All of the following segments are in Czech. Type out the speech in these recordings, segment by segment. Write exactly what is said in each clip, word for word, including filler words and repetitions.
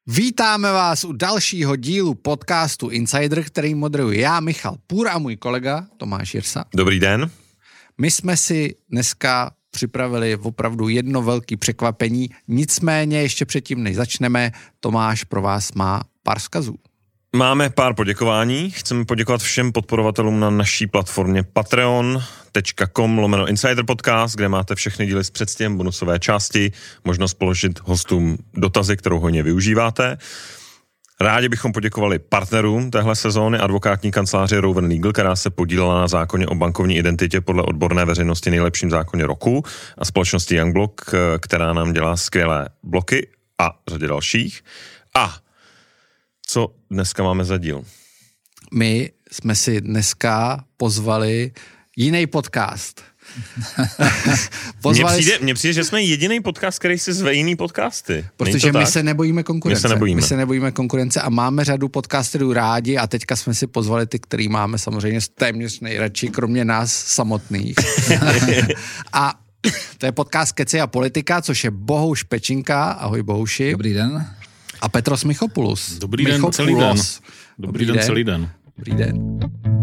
Vítáme vás u dalšího dílu podcastu Insider, který moderuji já, Michal Půr, a můj kolega Tomáš Jirsa. Dobrý den. My jsme si dneska připravili opravdu jedno velké překvapení, nicméně ještě předtím, než začneme, Tomáš pro vás má pár vzkazů. Máme pár poděkování. Chceme poděkovat všem podporovatelům na naší platformě patreon tečka com lomeno Insider Podcast, kde máte všechny díly s předstihem, bonusové části, možnost položit hostům dotazy, kterou hodně využíváte. Rádi bychom poděkovali partnerům téhle sezóny, advokátní kanceláři Rowan Legal, která se podílela na zákoně o bankovní identitě podle odborné veřejnosti nejlepším zákoně roku, a společnosti Youngblock, která nám dělá skvělé bloky a řadě dalších. A co dneska máme za díl? My jsme si dneska pozvali jiný podcast. Mně přijde, mně přijde, že jsme jediný podcast, který si zve jiný podcasty. Protože my se nebojíme konkurence. My se nebojíme. My se nebojíme konkurence a máme řadu podcasterů rádi a teďka jsme si pozvali ty, který máme samozřejmě téměř nejradši, kromě nás samotných. A to je podcast Keci a politika, což je Bohuš Pečinka. Ahoj Bohuši. Dobrý den. A Petros Michopoulos. Dobrý den celý den. Dobrý, Dobrý den, den celý den. Dobrý den.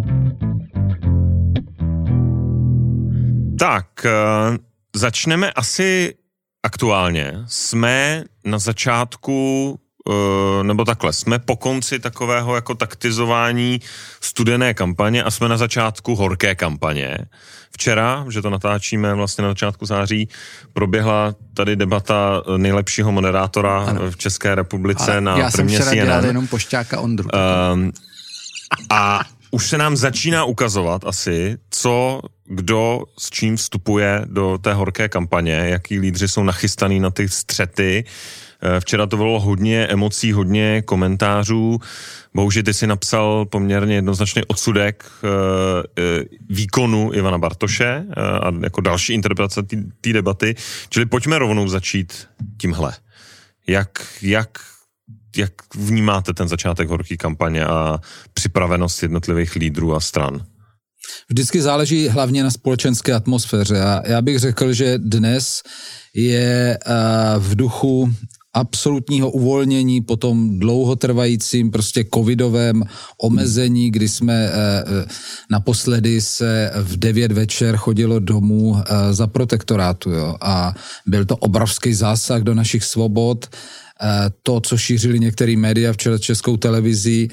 Tak, uh, začneme asi aktuálně. Jsme na začátku, uh, nebo takhle, jsme po konci takového jako taktizování studené kampaně a jsme na začátku horké kampaně. Včera, že to natáčíme vlastně na začátku září, proběhla tady debata nejlepšího moderátora ano. v České republice ale na já Primě jsem včera C N N. dělal jenom Pošťáka Ondru. Um, a už se nám začíná ukazovat asi, co, kdo s čím vstupuje do té horké kampaně, jaký lídři jsou nachystaný na ty střety. Včera to bylo hodně emocí, hodně komentářů. Bohužel ty si napsal poměrně jednoznačný odsudek výkonu Ivana Bartoše a jako další interpretace té debaty. Čili pojďme rovnou začít tímhle. Jak, jak Jak vnímáte ten začátek horké kampaně a připravenost jednotlivých lídrů a stran? Vždycky záleží hlavně na společenské atmosféře. A já bych řekl, že dnes je v duchu absolutního uvolnění po tom dlouhotrvajícím prostě covidovém omezení, kdy jsme naposledy se v devět večer chodilo domů za protektorátu. Jo? A byl to obrovský zásah do našich svobod. To, co šířili některé média v čele s Českou televizí,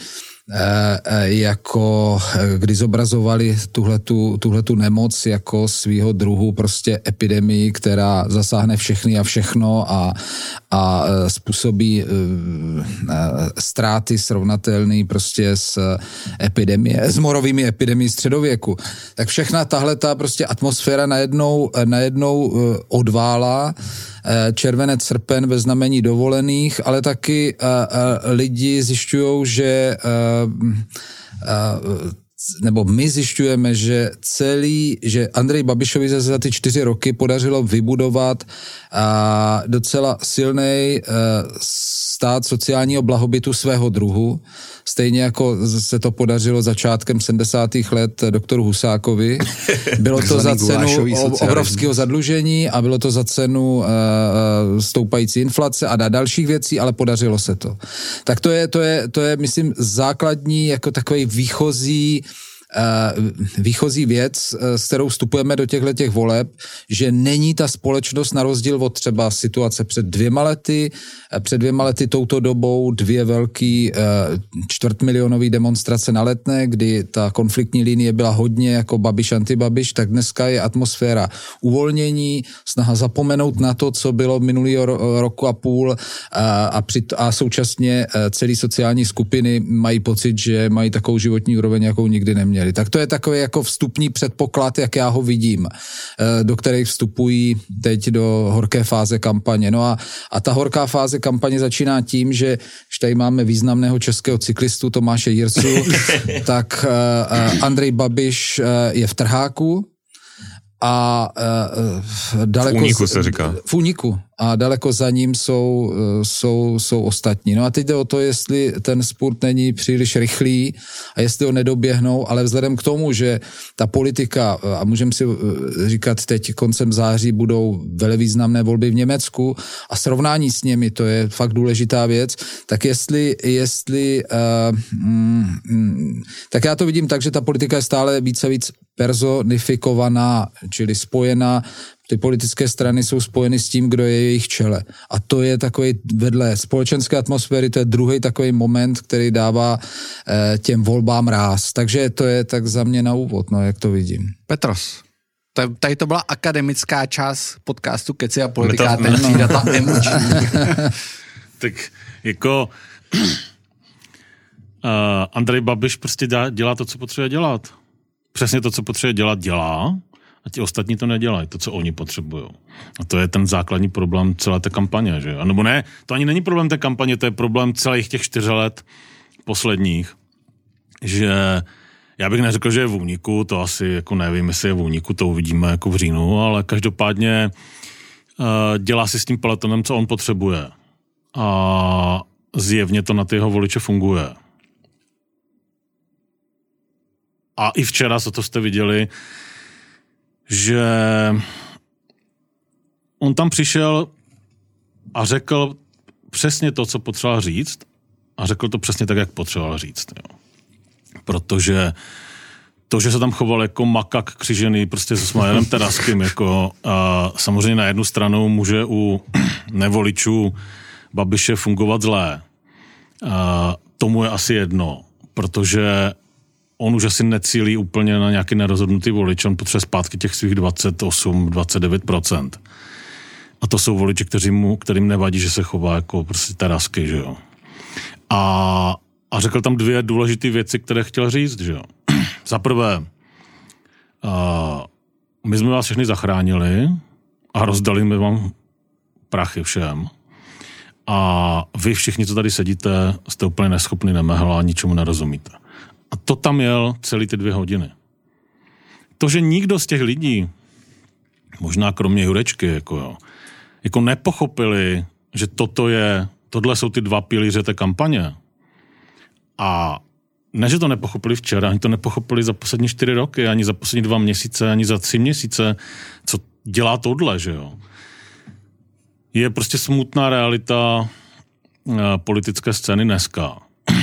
jako kdy zobrazovali tuhletu, tuhletu nemoc jako svýho druhu prostě epidemii, která zasáhne všechny a všechno a, a způsobí ztráty srovnatelné prostě s epidemie, s morovými epidemií středověku. Tak všechna tahleta prostě atmosféra najednou, najednou odvála. Červenec, srpen ve znamení dovolených, ale taky uh, uh, lidi zjišťujou, že uh, uh, nebo my zjišťujeme, že celý, že Andrej Babišovi za, za ty čtyři roky podařilo vybudovat uh, docela silnej uh, stát sociálního blahobytu svého druhu, stejně jako se to podařilo začátkem sedmdesátých let doktoru Husákovi. Bylo to za cenu obrovského zadlužení a bylo to za cenu uh, stoupající inflace a dalších věcí, ale podařilo se to. Tak to je, to je, to je myslím, základní jako takový výchozí výchozí věc, s kterou vstupujeme do těchto těch voleb, že není ta společnost na rozdíl od třeba situace před dvěma lety, před dvěma lety touto dobou dvě velký čtvrtmilionový demonstrace na Letné, kdy ta konfliktní linie byla hodně jako Babiš, anti-Babiš, tak dneska je atmosféra uvolnění, snaha zapomenout na to, co bylo minulý roku a půl a, a, při, a současně celý sociální skupiny mají pocit, že mají takovou životní úroveň, jakou nikdy neměli. Tak to je takový jako vstupní předpoklad, jak já ho vidím, do kterých vstupují teď do horké fáze kampaně. No a, a ta horká fáze kampaně začíná tím, že když tady máme významného českého cyklistu Tomáše Jirsu, tak uh, Andrej Babiš uh, je v trháku a uh, daleko... V úniku se říká. V úniku. A daleko za ním jsou, jsou, jsou ostatní. No a teď jde o to, jestli ten spurt není příliš rychlý a jestli ho nedoběhnou, ale vzhledem k tomu, že ta politika, a můžeme si říkat teď koncem září, budou velevýznamné volby v Německu a srovnání s nimi, to je fakt důležitá věc, tak jestli, jestli uh, mm, tak já to vidím tak, že ta politika je stále více a víc personifikovaná, čili spojená. Ty politické strany jsou spojeny s tím, kdo je jejich čele. A to je takový vedle společenské atmosféry, to je druhý takový moment, který dává eh, těm volbám ráz. Takže to je tak za mě na úvod, no, jak to vidím. Petros, tady to byla akademická část podcastu Keci a politika, a teď přijde ta emoční. Tak jako uh, Andrej Babiš prostě dělá to, co potřebuje dělat. Přesně to, co potřebuje dělat, dělá. A ti ostatní to nedělají, to, co oni potřebují. A to je ten základní problém celé té kampaně, že? A nebo ne, to ani není problém té kampaně, to je problém celých těch čtyř let posledních, že já bych neřekl, že je v úniku, to asi jako nevím, jestli je v úniku, to uvidíme jako v říjnu, ale každopádně uh, dělá si s tím peletonem, co on potřebuje. A zjevně to na ty jeho voliče funguje. A i včera, co to jste viděli, že on tam přišel a řekl přesně to, co potřeboval říct a řekl to přesně tak, jak potřeboval říct. Jo. Protože to, že se tam choval jako makak křižený prostě se Smailem Terazkým, jako a samozřejmě na jednu stranu může u nevoličů Babiše fungovat zlé. A tomu je asi jedno, protože on už asi necílí úplně na nějaký nerozhodnutý volič, on potřebuje zpátky těch svých dvacet osm dvacet devět procent. A to jsou voliči, kteří mu, kterým nevadí, že se chová jako prostě Terazky, že jo. A, a řekl tam dvě důležité věci, které chtěl říct, že jo. Za prvé, a, my jsme vás všechny zachránili a rozdali jsme vám prachy všem. A vy všichni, co tady sedíte, jste úplně neschopný, nemehla a ničemu nerozumíte. A to tam jel celý ty dvě hodiny. To, že nikdo z těch lidí, možná kromě Jurečky, jako, jo, jako nepochopili, že toto je, tohle jsou ty dva pilíře té kampaně. A ne, že to nepochopili včera, ani to nepochopili za poslední čtyři roky, ani za poslední dva měsíce, ani za tři měsíce, co dělá tohle, že jo. Je prostě smutná realita uh, politické scény dneska.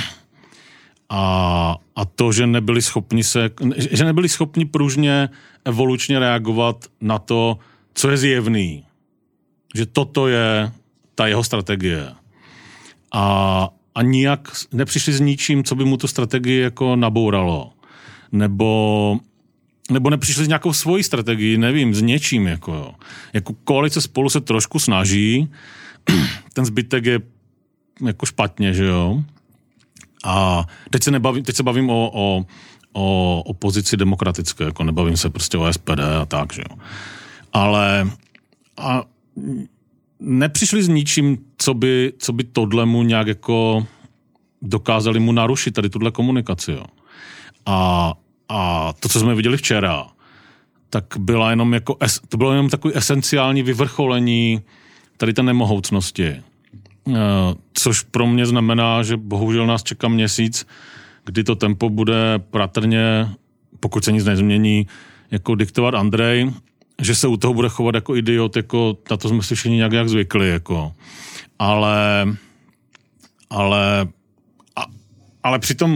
A, a to, že nebyli schopni se, že nebyli schopni pružně, evolučně reagovat na to, co je zjevný. Že toto je ta jeho strategie. A, a nijak nepřišli s ničím, co by mu tu strategii jako nabouralo. Nebo, nebo nepřišli s nějakou svojí strategií, nevím, s něčím. Jako, jo. Jako koalice Spolu se trošku snaží, ten zbytek je jako špatně, že jo. A teď se, nebavím, teď se bavím o, o, o opozici demokratické, jako nebavím se prostě o S P D a tak, že jo. Ale a nepřišli s ničím, co by, co by tohle mu nějak jako dokázali mu narušit tady tuhle komunikaci, jo. A, a to, co jsme viděli včera, tak byla jenom jako, to bylo jenom takový esenciální vyvrcholení tady té nemohoucnosti. Což pro mě znamená, že bohužel nás čeká měsíc, kdy to tempo bude patrně, pokud se nic nezmění, jako diktovat Andrej, že se u toho bude chovat jako idiot, jako na to jsme si všichni nějak, nějak zvykli, jako. Ale ale a, ale přitom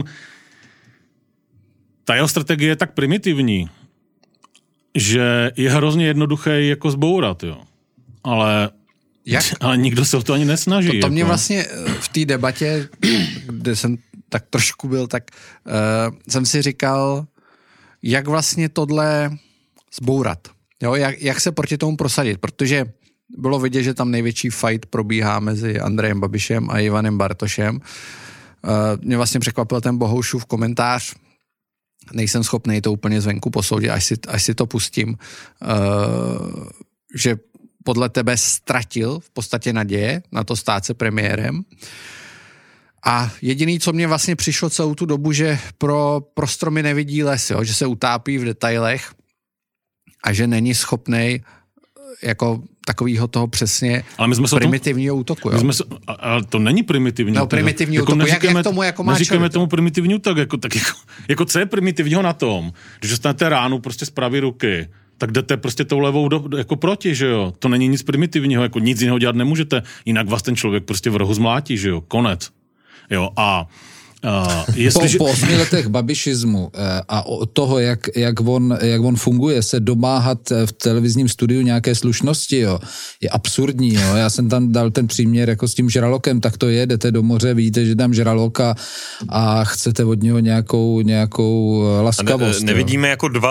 ta jeho strategie je tak primitivní, že je hrozně jednoduché jako zbourat, jo. Ale Jak? Ale nikdo se o to ani nesnaží. To, to mě jako. vlastně v té debatě, kde jsem tak trošku byl, tak uh, jsem si říkal, jak vlastně tohle zbourat. Jo? Jak, jak se proti tomu prosadit, protože bylo vidět, že tam největší fight probíhá mezi Andrejem Babišem a Ivanem Bartošem. Uh, mě vlastně překvapil ten Bohoušův komentář, nejsem schopný to úplně zvenku posoudit, až si, až si to pustím, uh, že podle tebe ztratil v podstatě naděje na to stát se premiérem. A jediný, co mě vlastně přišlo celou tu dobu, že pro, pro stromy nevidí les, jo? Že se utápí v detailech a že není schopnej jako takovýho toho přesně ale my jsme primitivního tom, útoku. Jo? My jsme, ale to není primitivní no, útok. primitivní jako útok, jak, jak tomu jako má neříkáme tomu primitivní útok, jako, tak jako, jako co je primitivního na tom, když dostanete ránu prostě z pravý ruky, tak jdete prostě tou levou do, jako proti, že jo. To není nic primitivního, jako nic jiného dělat nemůžete, jinak vás ten člověk prostě v rohu zmlátí, že jo. Konec. Jo, a Uh, jestliže... Po, po osmi letech babišismu uh, a o toho, jak, jak, on, jak on funguje, se domáhat v televizním studiu nějaké slušnosti, jo, je absurdní. Jo. Já jsem tam dal ten příměr jako s tím žralokem, tak to je, jdete do moře, vidíte, že tam žralok a, a chcete od něho nějakou, nějakou laskavost. Ne, nevidíme jo. jako dva...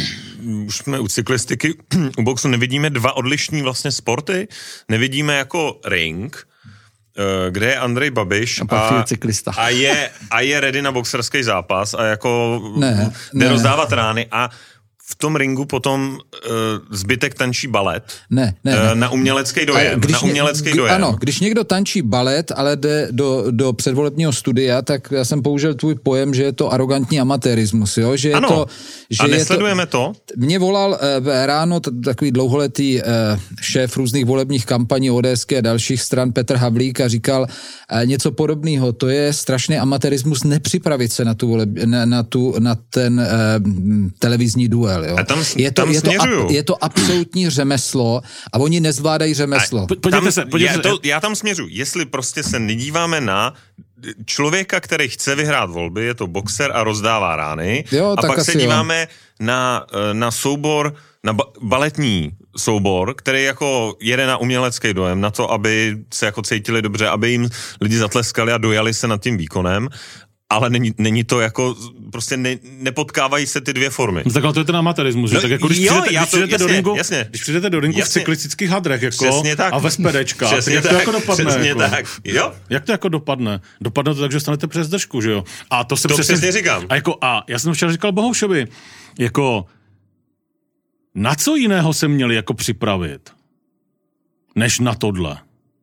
Už jsme u cyklistiky, u boxu nevidíme dva odlišní vlastně sporty, nevidíme jako ring, kde je Andrej Babiš a, a, a, je, a je ready na boxerský zápas a jako ne, jde ne. rozdávat rány a v tom ringu potom uh, zbytek tančí balet ne, ne, uh, ne. na umělecký dojem. Na umělecký ně, dojem. Ano, když někdo tančí balet, ale jde do, do předvolebního studia, tak já jsem použil tvůj pojem, že je to arrogantní amatérismus, jo? Že je ano, to, že a nesledujeme to? to? Mě volal uh, ráno t- takový dlouholetý uh, šéf různých volebních kampaní ODSky a dalších stran Petr Havlík a říkal uh, něco podobného. To je strašný amatérismus nepřipravit se na, tu voleb, na, na, tu, na ten uh, televizní duel. Jo. A tam, je, to, tam je, to, směřuju. je to absolutní řemeslo a oni nezvládají řemeslo. A, podívejte se, podívejte já, to, já tam směřuji. Jestli prostě se nedíváme na člověka, který chce vyhrát volby, je to boxer a rozdává rány, jo, a pak se díváme jo. na, na soubor, na ba- baletní soubor, který jako jede na umělecký dojem, na to, aby se jako cítili dobře, aby jim lidi zatleskali a dojali se nad tím výkonem. Ale není, není to jako, prostě ne, nepotkávají se ty dvě formy. No takhle to je ten amatérismus, že? No, tak jako když jo, přijdete, když to, přijdete jasně, do ringu, jasně. když přijdete do ringu jasně. v cyklistických hadrech, jako, tak. a ve spedečkách, tak jak tak. to jako dopadne? Přesně jako? tak, jo. Jak to jako dopadne? Dopadne to tak, že stanete přes držku, že jo? A to se to přesně, přesně říkám. A, jako, a já jsem včera říkal Bohoušovi, jako, na co jiného se měli jako připravit, než na tohle?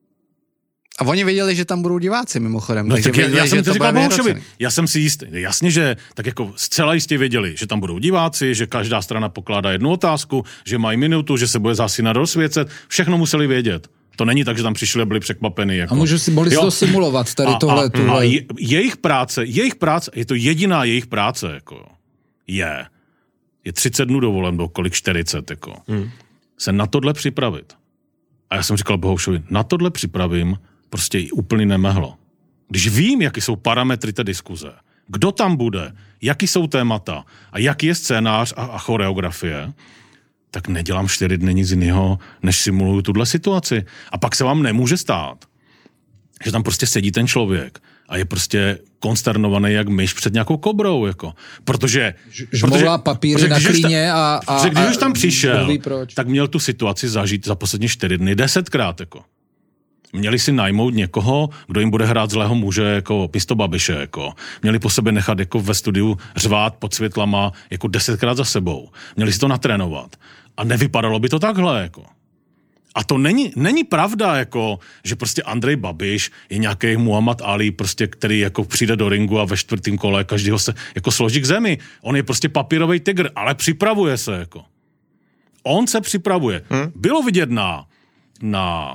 A oni věděli, že tam budou diváci mimochodem. No, takže tak já, věděli, já jsem že to to říkal Bohušovi. Já jsem si jistý. Jasně, že tak jako zcela jistě věděli, že tam budou diváci, že každá strana pokládá jednu otázku, že mají minutu, že se bude zásínat rozsvěcet. Všechno museli vědět. To není tak, že tam přišli a byli překvapení. Jako. A můžu si, mohli si to simulovat, tady a, tohle. A, tuhle. a je, jejich práce, jejich práce, je to jediná jejich práce, jako je, je třicet dnů dovolen, do kolik čtyřicet, jako, hmm. se na tohle připravit. A já jsem říkal Bohoušovi, na tohle připravím prostě i úplně nemehlo. Když vím, jaký jsou parametry té diskuze, kdo tam bude, jaký jsou témata a jaký je scénář a, a choreografie, tak nedělám čtyři dny nic jiného, než simuluju tuhle situaci. A pak se vám nemůže stát, že tam prostě sedí ten člověk a je prostě konsternovaný jak myš před nějakou kobrou, jako. Protože... Žmoulá papíry na klíně a... a protože když už tam přišel, proč. tak měl tu situaci zažít za poslední čtyři dny desetkrát, jako. Měli si najmout někoho, kdo jim bude hrát zlého muže jako místo Babiše, jako. Měli po sobě nechat jako ve studiu řvát pod světlama jako desetkrát za sebou. Měli si to natrénovat. A nevypadalo by to takhle, jako. A to není, není pravda, jako, že prostě Andrej Babiš je nějaký Muhammad Ali, prostě, který jako přijde do ringu a ve čtvrtém kole každýho se jako složí k zemi. On je prostě papírový tygr, ale připravuje se, jako. On se připravuje. Hmm? Bylo vidět na, na,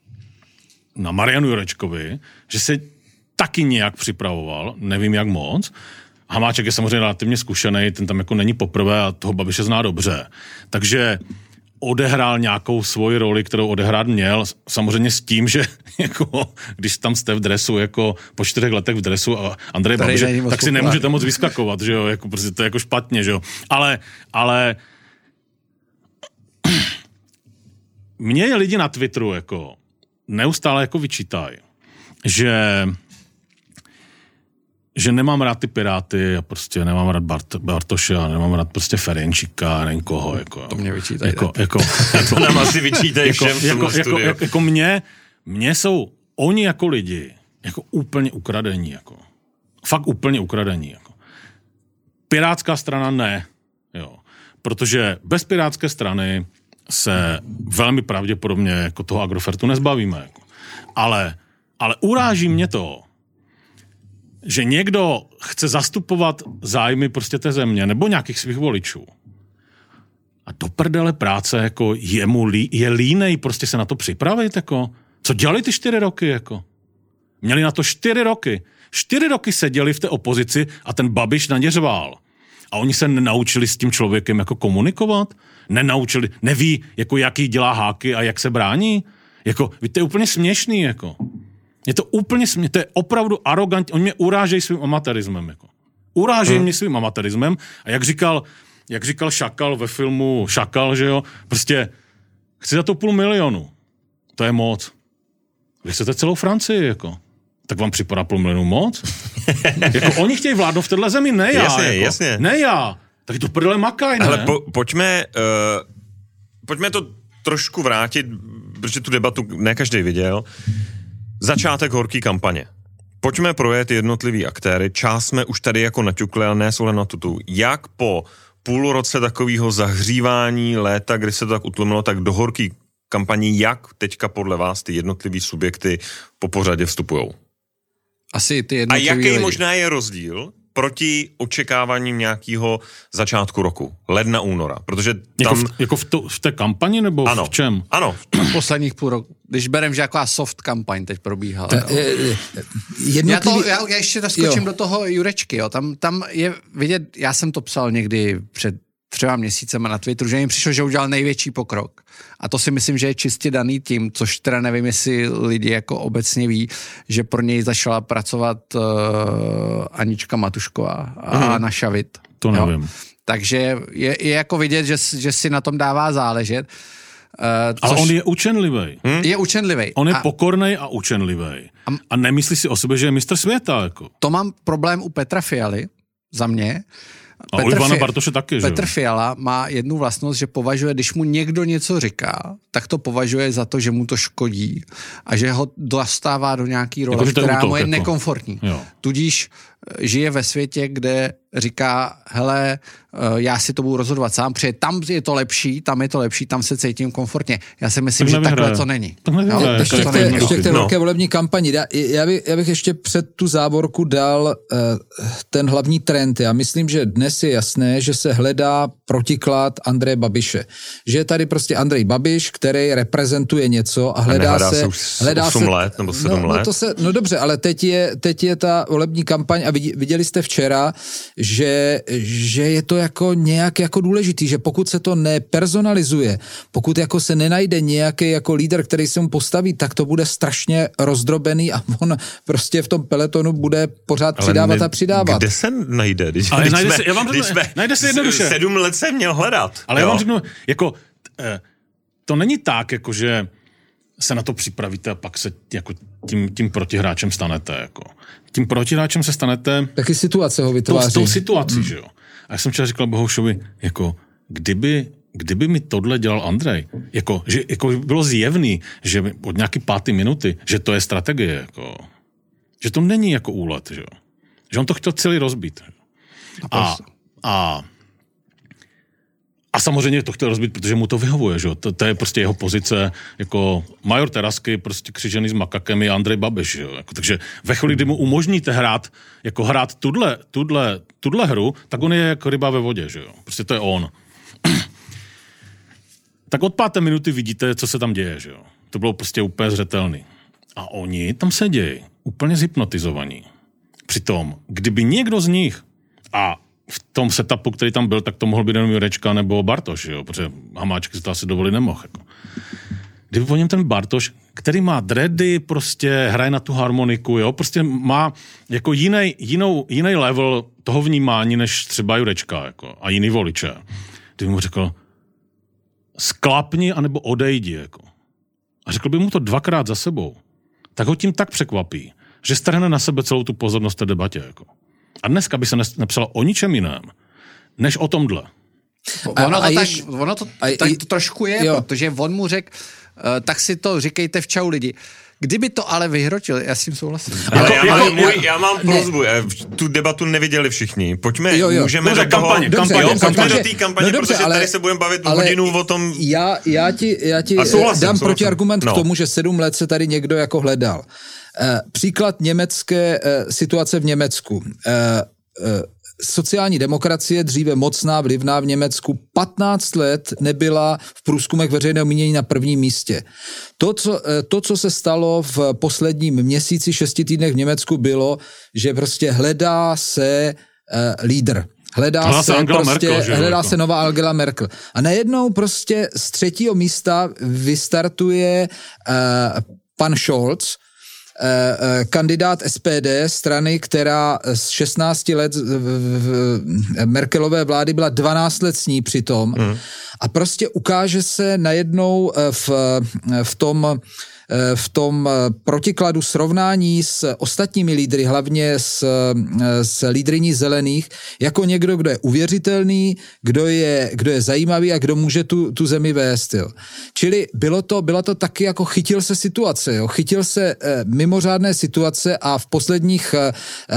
na Marianu Jurečkovi, že se taky nějak připravoval, nevím jak moc. Hamáček je samozřejmě relativně zkušený, ten tam jako není poprvé a toho Babiše zná dobře. Takže odehrál nějakou svoji roli, kterou odehrát měl, samozřejmě s tím, že jako, když tam jste v dresu, jako po čtyřech letech v dresu a Andrej Babiš, tak si nemůžete moc vyskakovat, že jo, jako, prostě to je jako špatně, že jo. Ale, ale mě je lidi na Twitteru jako neustále jako vyčítají, že že nemám rád ty Piráty a prostě nemám rád Bart, Bartoše a nemám rád prostě Ferenčíka a nevím koho. Jako, to mě vyčítají. Jako, jako, jako, to nám asi vyčítají jako, všem v jako, tomhle jako, studiu. jako, jako mě, mě jsou oni jako lidi jako úplně ukradení. Jako. Fakt úplně ukradení. Jako. Pirátská strana ne. Jo. Protože bez pirátské strany se velmi pravděpodobně jako toho Agrofertu nezbavíme. Jako. Ale, ale uráží mě to, že někdo chce zastupovat zájmy prostě té země nebo nějakých svých voličů. A do prdele práce, jako je mu lí, je línej prostě se na to připravit, jako. Co dělali ty čtyři roky, jako? Měli na to čtyři roky. Čtyři roky seděli v té opozici a ten Babiš na ně řvál. A oni se nenaučili s tím člověkem jako komunikovat? Nenaučili, neví, jako jaký dělá háky a jak se brání? Jako, to je úplně směšný, jako. Je to úplně směšný, to je opravdu arogantní. Oni mě urážejí svým amatérismem, jako. Urážejí hmm. mě svým amatérismem a jak říkal, jak říkal Šakal ve filmu Šakal, že jo, prostě chci za to půl milionu. To je moc. Vy chcete celou Francii, jako. Tak vám připadá půl milionu moc? Jako oni chtějí vládnout v téhle zemi, ne já. Jasně, jako. jasně. Ne já. Tak to prdele makaj, ne? Ale po, pojďme, uh, pojďme to trošku vrátit, protože tu debatu ne každý viděl. Začátek horký kampaně. Pojďme projet jednotlivý aktéry. Část jsme už tady jako naťukli, ale ne souhledem na tutu. Jak po půl roce takového zahřívání léta, kdy se to tak utlumilo, tak do horký kampaní, jak teďka podle vás ty jednotlivý subjekty po pořadě vstupujou? Asi ty A jednotlivý jaký lidi. možná je rozdíl proti očekáváním nějakého začátku roku, ledna, února, protože tam... Jako v, jako v, to, v té kampani, nebo ano, v čem? Ano. V posledních půl roku. Když berem, že jaká soft kampaň teď probíhala. Ta, jo. jednotlivý... Já, to, já, já ještě naskočím jo. do toho Jurečky. Jo. Tam, tam je vidět, já jsem to psal někdy před třeba měsícema na Twitteru, že mi přišlo, že udělal největší pokrok. A to si myslím, že je čistě daný tím, což teda nevím, jestli lidi jako obecně ví, že pro něj začala pracovat uh, Anička Matušková a Mhm. Anna Šavit. To jo. nevím. Takže je, je jako vidět, že, že si na tom dává záležet. Uh, Ale on je učenlivý. Hm? Je učenlivý. On je a pokornej a učenlivý. A, a nemyslí si o sobě, že je mistr světa, jako. to mám problém u Petra Fialy, za mě. A u Ivana Bartoše taky, že Petr Fiala má jednu vlastnost, že považuje, když mu někdo něco říká, tak to považuje za to, že mu to škodí a že ho dostává do nějaký role, jako, která útok, mu je jako. nekomfortní. Jo. Tudíž žije ve světě, kde říká, hele, já si to budu rozhodovat sám, protože tam je to lepší, tam je to lepší, tam se cítím komfortně. Já si myslím, Tak že nevyhraje. takhle to není. Tak nevyhraje. Jo, Ještě takhle k to té, není. ještě k té No. velké volební kampani. Já, já, bych, já bych ještě před tu závorku dal uh, ten hlavní trend. Já myslím, že dnes je jasné, že se hledá protiklad Andreje Babiše. Že je tady prostě Andrej Babiš, který reprezentuje něco a hledá a se... se už hledá osm se, let nebo sedm no, let. No, to se, no dobře, ale teď je, teď je ta volební kampaň a viděli jste včera, že, že je to jako nějak jako důležitý, že pokud se to nepersonalizuje, pokud jako se nenajde nějaký jako lídr, který se mu postaví, tak to bude strašně rozdrobený a on prostě v tom peletonu bude pořád Ale přidávat ne, a přidávat. Kde se najde? Když, Ale když najde jsme, se- já vám když řeknu, jsme najde se jednoduše. Sedm let jsem měl hledat. Ale jo. já vám řeknu, jako, eh, to není tak, jako, že se na to připravíte a pak se jako tím, tím protihráčem stanete. Jako. Tím protihráčem se stanete Taky situace ho tou, vytváří. tou situací, hmm. že jo. A já jsem včera říkal Bohušovi, jako, kdyby, kdyby mi tohle dělal Andrej, jako, že jako bylo zjevný, že od nějaký páté minuty, že to je strategie, jako, že to není jako úlet, že jo. Že on to chtěl celý rozbít. A, a A samozřejmě to chtěl rozbít, protože mu to vyhovuje, že jo. To, to je prostě jeho pozice, jako major Terasky, prostě křižený s makakem je Andrej Babiš, že jo. Jako, takže ve chvíli, kdy mu umožníte hrát, jako hrát tudle, tudle, tudle hru, tak on je jako ryba ve vodě, že jo. Prostě to je on. Tak od páté minuty vidíte, co se tam děje, že jo. To bylo prostě úplně zřetelný. A oni tam sedějí, úplně zhypnotizovaní. Přitom, kdyby někdo z nich, a v tom setupu, který tam byl, tak to mohl být jenom Jurečka nebo Bartoš, jo, protože Hamáček si to asi dovolit nemohl. Jako. Kdyby po něm ten Bartoš, který má dready, prostě hraje na tu harmoniku, jo, prostě má jako jiný, jinou, jiný level toho vnímání, než třeba Jurečka, jako, a jiný voliče. Kdyby mu řekl, sklapni, anebo odejdi, jako. A řekl by mu to dvakrát za sebou, tak ho tím tak překvapí, že strhne na sebe celou tu pozornost té debatě, jako. A dneska by se nepsalo o ničem jiném, než o tomhle. Ono to, a tak, jež- ono to a- tak i- to trošku je, jo. protože on mu řekl, uh, tak si to říkejte v čau lidi. Kdyby to ale vyhrotil, já s tím souhlasím. Ale já, Jako- mám, jako- můj, já mám prozbu, ne. Tu debatu neviděli všichni. Pojďme, Jo, jo. můžeme Dobře, do toho... kampaně, Dobře, jo, dobře, pojďme takže- do té kampaně, no dobře, protože ale- tady se budeme bavit ale hodinu o tom... Já, já ti, já ti A souhlasím, dám souhlasím. protiargument No. k tomu, že sedm let se tady někdo jako hledal. Uh, příklad německé uh, situace v Německu. Uh, uh, sociální demokracie, dříve mocná, vlivná v Německu, patnáct let nebyla v průzkumech veřejného mínění na prvním místě. To co, to, co se stalo v posledním měsíci, šesti týdnech v Německu, bylo, že prostě hledá se uh, lídr. Hledá, hledá se, se prostě, Merkel, hledá jako. se nová Angela Merkel. A najednou prostě z třetího místa vystartuje uh, pan Scholz, kandidát S P D, strany, která z šestnácti let v Merkelové vlády byla dvanáct let s ní přitom. Mm. A prostě ukáže se najednou v, v tom v tom protikladu srovnání s ostatními lídry, hlavně s, s lídryní zelených, jako někdo, kdo je uvěřitelný, kdo je, kdo je zajímavý a kdo může tu, tu zemi vést. Jo. Čili bylo to, bylo to taky jako chytil se situace, jo. Chytil se eh, mimořádné situace a v posledních eh,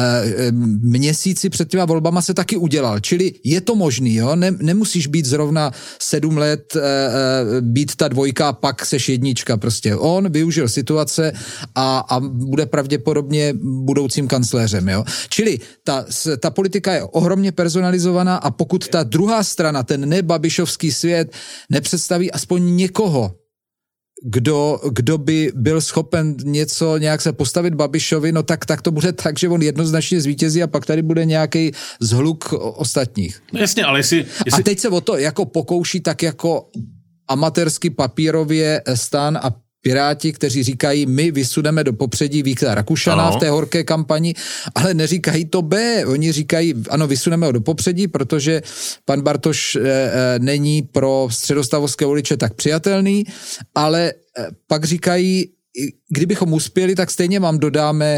měsíci před těma volbama se taky udělal. Čili je to možný, jo. Ne, nemusíš být zrovna sedm let, eh, být ta dvojka a pak seš jednička prostě. On využil situace a, a bude pravděpodobně budoucím kancléřem. Jo? Čili ta, ta politika je ohromně personalizovaná a pokud ta druhá strana, ten nebabišovský svět, nepředstaví aspoň někoho, kdo, kdo by byl schopen něco, nějak se postavit Babišovi, no tak, tak to bude tak, že on jednoznačně zvítězí a pak tady bude nějaký zhluk ostatních. No jasně, ale jestli, jestli... A teď se o to jako pokouší tak jako amatérsky papírově STAN a Piráti, kteří říkají, my vysuneme do popředí Víta Rakušana ano. v té horké kampani, ale neříkají to B. Oni říkají, ano, vysuneme ho do popředí, protože pan Bartoš e, e, není pro středostavovské voliče tak přijatelný, ale e, pak říkají, kdybychom uspěli, tak stejně vám dodáme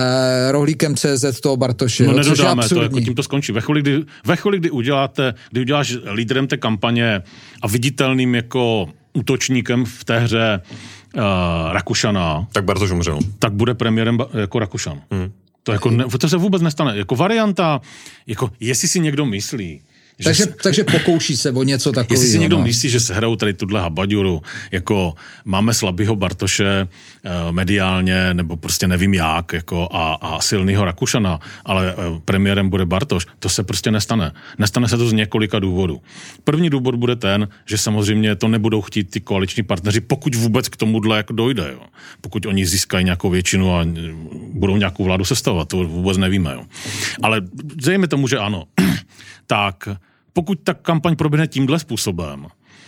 e, rohlíkem C Z toho Bartoše. No nedodáme, to jako tím to skončí. Ve chvíli, kdy, ve chvíli, kdy uděláte, kdy uděláš lídrem té kampaně a viditelným jako útočníkem v té hře uh, Rakušana, tak Bartoš umřel. Tak bude premiérem jako Rakušan. Hmm. To, jako ne, to se vůbec nestane. Jako varianta, jako jestli si někdo myslí, Takže, se, takže pokouší se o něco takového. Jestli si někdo no. myslí, že se hrajou tady tuhle habaďuru, jako máme slabýho Bartoše uh, mediálně, nebo prostě nevím jak, jako a, a silnýho Rakušana, ale uh, premiérem bude Bartoš, to se prostě nestane. Nestane se to z několika důvodů. První důvod bude ten, že samozřejmě to nebudou chtít ty koaliční partneři, pokud vůbec k tomuhle jako dojde. Jo. Pokud oni získají nějakou většinu a budou nějakou vládu sestavovat, to vůbec nevíme. Jo. Ale zřejmě tomu, že ano. Tak pokud ta kampaň proběhne tímhle způsobem,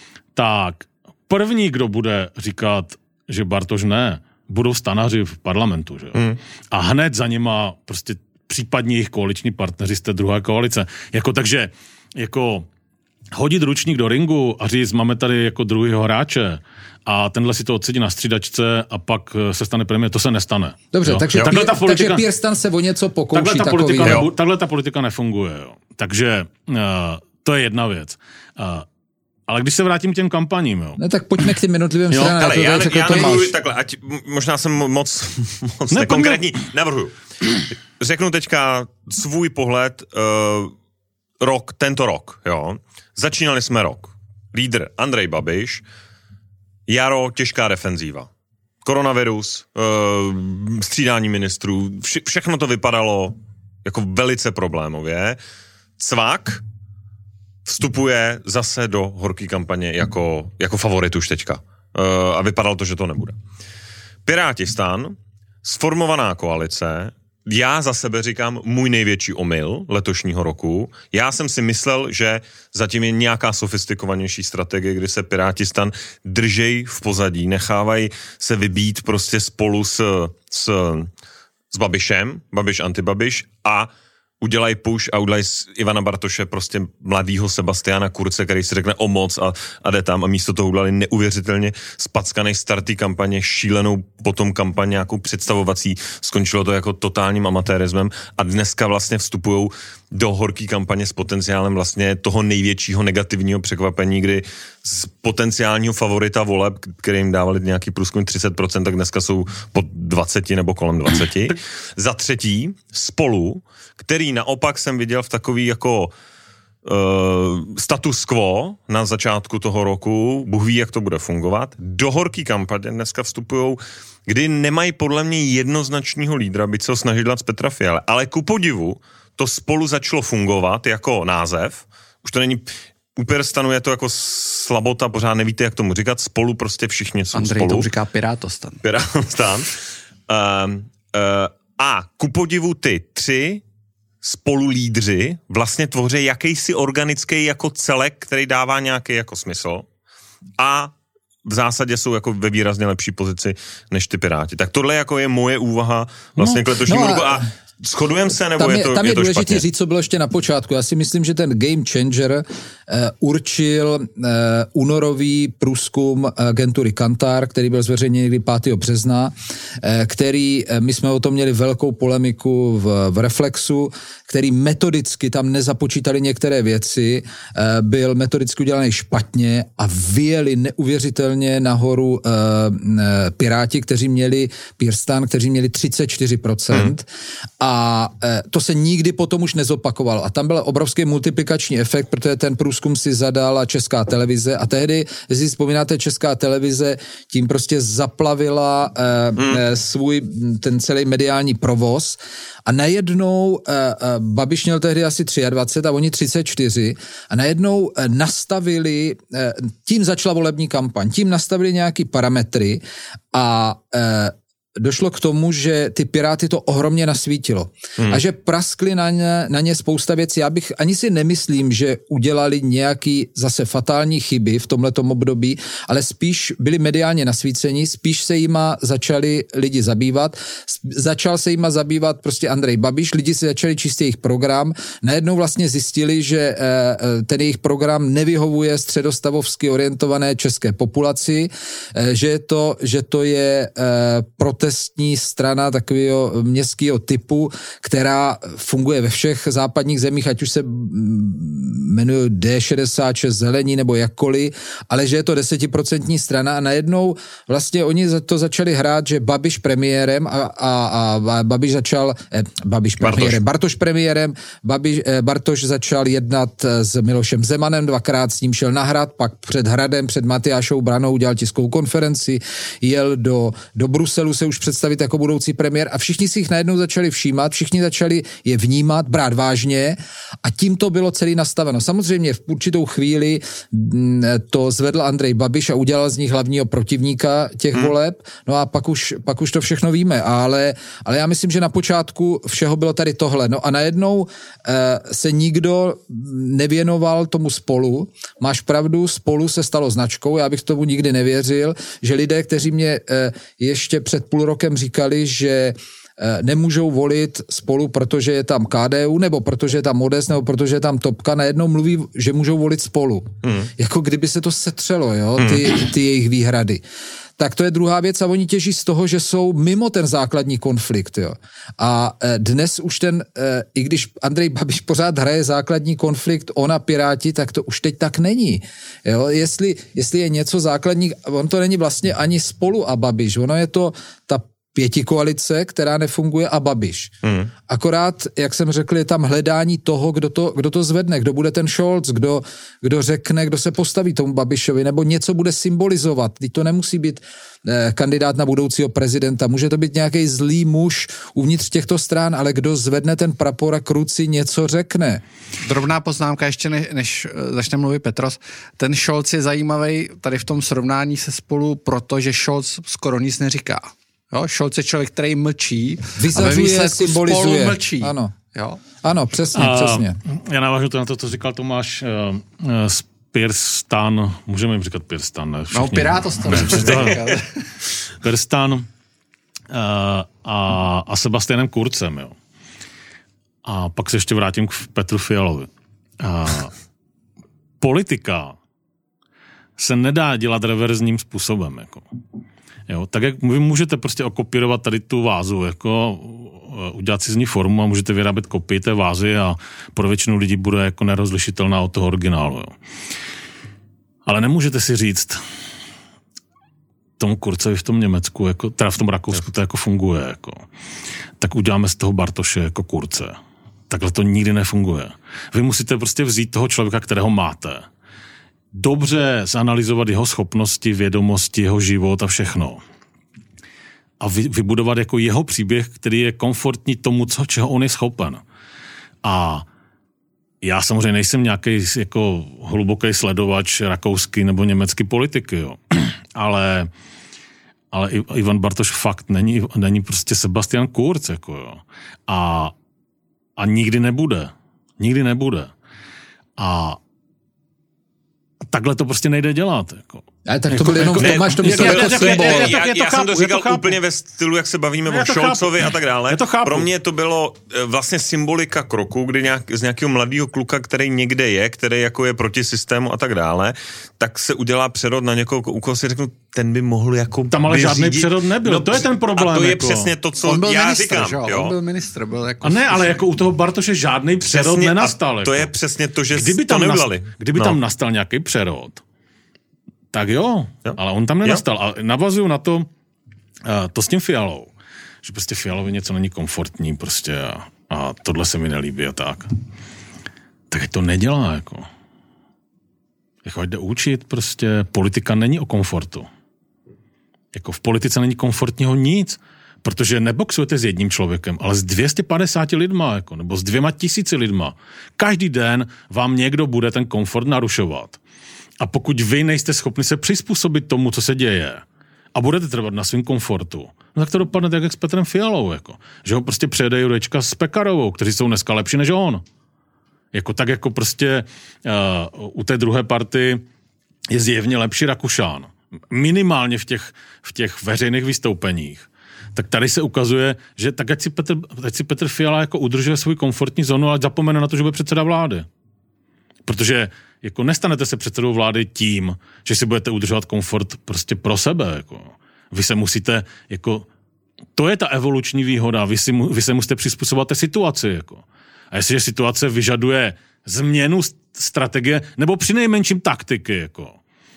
tak první, kdo bude říkat, že Bartoš ne, budou stanaři v parlamentu. Že? Mm. A hned za nima prostě případně jejich koaliční partneři z té druhé koalice. Jako, takže jako hodit ručník do ringu a říct, máme tady jako druhýho hráče a tenhle si to odsedí na střídačce a pak se stane premiér, to se nestane. Dobře, jo? takže, jo. Takhle ta politika, takže Pirstan se o něco pokouší. Takhle ta, politika, nebu, takhle ta politika nefunguje. Jo. Takže uh, to je jedna věc. Uh, ale když se vrátím k těm kampaním, jo. No tak pojďme k těm jednotlivým stranám. Ale já, já nemluví takhle, ať možná jsem moc, moc ne, nekonkrétní. Navrhuju. Řeknu teďka svůj pohled uh, rok, tento rok, jo. Začínali jsme rok. Lídr Andrej Babiš, jaro, těžká defenzíva. Koronavirus, uh, střídání ministrů, vše, všechno to vypadalo jako velice problémově. Cvak vstupuje zase do horké kampaně jako, jako favorit už teďka. Uh, a vypadalo to, že to nebude. Piráti stan, sformovaná koalice, já za sebe říkám můj největší omyl letošního roku. Já jsem si myslel, že zatím je nějaká sofistikovanější strategie, kdy se Piráti stan držej v pozadí, nechávají se vybít prostě spolu s, s, s Babišem, Babiš antibabiš a udělají push a udělají z Ivana Bartoše prostě mladýho Sebastiana Kurze, který si řekne o moc a, a jde tam a místo toho udělali neuvěřitelně spackanej start té kampaně, šílenou potom kampaň nějakou představovací, skončilo to jako totálním amatérismem a dneska vlastně vstupujou do horký kampaně s potenciálem vlastně toho největšího negativního překvapení, kdy z potenciálního favorita voleb, který jim dávali nějaký průzkum třicet procent, tak dneska jsou pod dvacet nebo kolem dvacet. Za třetí, Spolu, který naopak jsem viděl v takový jako status quo na začátku toho roku, Bůh ví, jak to bude fungovat. Do horký kampaně dneska vstupujou, kdy nemají podle mě jednoznačního lídra, byť se ho snaží dělat z Petra Fialy, ale ku podivu to Spolu začalo fungovat jako název. Už to není, u Pirstanu je to jako slabota, pořád nevíte, jak tomu říkat, Spolu prostě všichni jsou Andrej spolu. tomu říká Pirátostan. Pirátostan. uh, uh, a ku podivu ty tři spolulídři vlastně tvoří jakýsi organický jako celek, který dává nějaký jako smysl a v zásadě jsou jako ve výrazně lepší pozici než ty Piráti. Tak tohle jako je moje úvaha vlastně no, k letošnímu no roku a shodujeme se, nebo tam je, je to Tam je, je to důležité špatně? říct, co bylo ještě na počátku. Já si myslím, že ten game changer uh, určil uh, únorový průzkum agentury Kantar, který byl zveřejněn někdy pátého března, uh, který, uh, my jsme o tom měli velkou polemiku v, v Reflexu, který metodicky tam nezapočítali některé věci, uh, byl metodicky udělaný špatně a vyjeli neuvěřitelně nahoru uh, uh, Piráti, kteří měli, Pirstan, kteří měli třicet čtyři procent hmm. a A to se nikdy potom už nezopakovalo. A tam byl obrovský multiplikační efekt, protože ten průzkum si zadala Česká televize a tehdy, jestli si vzpomínáte, Česká televize tím prostě zaplavila eh, hmm. svůj ten celý mediální provoz a najednou eh, Babiš měl tehdy asi dvacet tři a oni třicet čtyři a najednou eh, nastavili, eh, tím začala volební kampaň, tím nastavili nějaký parametry a eh, došlo k tomu, že ty Piráty to ohromně nasvítilo. Hmm. A že praskli na ně, na ně spousta věcí. Já bych ani si nemyslím, že udělali nějaký zase fatální chyby v tomhletom období, ale spíš byli mediálně nasvíceni, spíš se jima začali lidi zabývat. Začal se jima zabývat prostě Andrej Babiš, lidi si začali číst jejich program. Najednou vlastně zjistili, že ten jejich program nevyhovuje středostavovsky orientované české populaci, že, je to, že to je pro protestní strana takového městského typu, která funguje ve všech západních zemích, ať už se jmenuje D šedesát šest Zelení nebo jakkoliv, ale že je to desetiprocentní strana a najednou vlastně oni to začali hrát, že Babiš premiérem a, a, a Babiš začal, eh, Babiš premiérem, Bartoš, Bartoš premiérem, Babiš, eh, Bartoš začal jednat s Milošem Zemanem, dvakrát s ním šel na hrad, pak před hradem, před Matyášovou branou udělal tiskovou konferenci, jel do, do Bruselu se už představit jako budoucí premiér a všichni si jich najednou začali všímat, všichni začali je vnímat, brát vážně a tím to bylo celý nastaveno. Samozřejmě v určitou chvíli to zvedl Andrej Babiš a udělal z nich hlavního protivníka těch hmm. voleb, no a pak už, pak už to všechno víme, ale, ale já myslím, že na počátku všeho bylo tady tohle. No a najednou eh, se nikdo nevěnoval tomu Spolu. Máš pravdu, Spolu se stalo značkou, já bych tomu nikdy nevěřil, že lidé, kteří mě eh, ještě před půl rokem říkali, že nemůžou volit Spolu, protože je tam K D U, nebo protože je tam Modest, nebo protože je tam Topka, najednou mluví, že můžou volit Spolu. Hmm. Jako kdyby se to setřelo, jo, ty, ty jejich výhrady. Tak to je druhá věc a oni těží z toho, že jsou mimo ten základní konflikt, jo. A dnes už ten, i když Andrej Babiš pořád hraje základní konflikt, ona Piráti, tak to už teď tak není, jo. Jestli, jestli je něco základní, on to není vlastně ani Spolu a Babiš, ono je to ta pětikoalice, která nefunguje a Babiš. Hmm. Akorát, jak jsem řekl, je tam hledání toho, kdo to, kdo to zvedne, kdo bude ten Scholz, kdo, kdo řekne, kdo se postaví tomu Babišovi, nebo něco bude symbolizovat. Teď to nemusí být eh, kandidát na budoucího prezidenta, může to být nějaký zlý muž uvnitř těchto stran, ale kdo zvedne ten prapor a k ruci něco řekne. Drobná poznámka ještě, než, než začne mluvit Petros. Ten Scholz je zajímavý tady v tom srovnání se Spolu, protože Scholz skoro nic neříká. Jo, Scholz je člověk, který mlčí vyzařuje, a ve symbolizuje. Spolu mlčí. Ano, jo? ano přesně, a přesně. Já navážu to na to, co říkal Tomáš uh, uh, z Pirstan, můžeme jim říkat Pirstan, ne? No, Pirátostan. Pirstan uh, a, a Sebastianem Kurzem, jo. A pak se ještě vrátím k Petru Fialovi. Uh, politika se nedá dělat reverzním způsobem, jako. Jo, tak jak vy můžete prostě okopírovat tady tu vázu, jako udělat si z ní formu a můžete vyrábět kopii té vázy a pro většinu lidí bude jako nerozlišitelná od toho originálu. Jo. Ale nemůžete si říct tomu Kurzovi v tom Německu, jako, teda v tom Rakousku to jako funguje, jako, tak uděláme z toho Bartoše jako Kurze. takhle to nikdy nefunguje. Vy musíte prostě vzít toho člověka, kterého máte, dobře zanalyzovat jeho schopnosti, vědomosti, jeho život a všechno. A vy, vybudovat jako jeho příběh, který je komfortní tomu, co, čeho on je schopen. A já samozřejmě nejsem nějaký jako hluboký sledovač rakouský nebo německý politiky, jo. ale, ale Ivan Bartoš fakt není, není prostě Sebastian Kurz, jako jo. A, a nikdy nebude. Nikdy nebude. A takhle to prostě nejde dělat. Jako. Ale tak to byl jenom, ne, máš to myslel jako symbol. Já, já, já jsem to říkal to úplně ve stylu, jak se bavíme o Scholzovi a tak dále. Pro mě to bylo vlastně symbolika kroku, kdy nějak, z nějakého mladého kluka, který někde je, který jako je proti systému a tak dále, tak se udělá přerod na někoho, u koho si řeknu, ten by mohl jako tam ale žádný řídit. Přerod nebyl, no, to je ten problém. A to je jako. přesně to, co já ministr, říkám. Jo? Jo? On byl ministr. Byl jako a ne, ale jako u toho Bartoše žádný přerod přesně, nenastal. Jako. To je přesně to, že kdyby to tam neudělali. Nastal, kdyby no. tam nastal nějaký přerod, tak jo, jo, ale on tam nenastal. Jo. A navazuju na to, to s tím Fialou, že prostě Fialovi něco není komfortní prostě a, a tohle se mi nelíbí a tak. Tak to nedělá, jako. Jako jde učit, prostě politika není o komfortu. Jako v politice není komfortního nic, protože neboxujete s jedním člověkem, ale s dvě stě padesáti lidma, jako, nebo s dvěma tisíci lidma. Každý den vám někdo bude ten komfort narušovat. A pokud vy nejste schopni se přizpůsobit tomu, co se děje, a budete trvat na svém komfortu, no tak to dopadne tak, jak s Petrem Fialou, jako. Že ho prostě přejede Jurečka s Pekarovou, kteří jsou dneska lepší než on. Jako tak jako prostě uh, u té druhé party je zjevně lepší Rakušan. Minimálně v těch, v těch veřejných vystoupeních. Tak tady se ukazuje, že tak ať si Petr, ať si Petr Fiala jako udržuje svou komfortní zónu, ale zapomene na to, že bude předseda vlády. Protože jako nestanete se předsedou vlády tím, že si budete udržovat komfort prostě pro sebe. Jako. Vy se musíte, jako, to je ta evoluční výhoda, vy, si, vy se musíte přizpůsobovat té situaci. Jako. A jestliže situace vyžaduje změnu strategie, nebo přinejmenším taktiky, jako,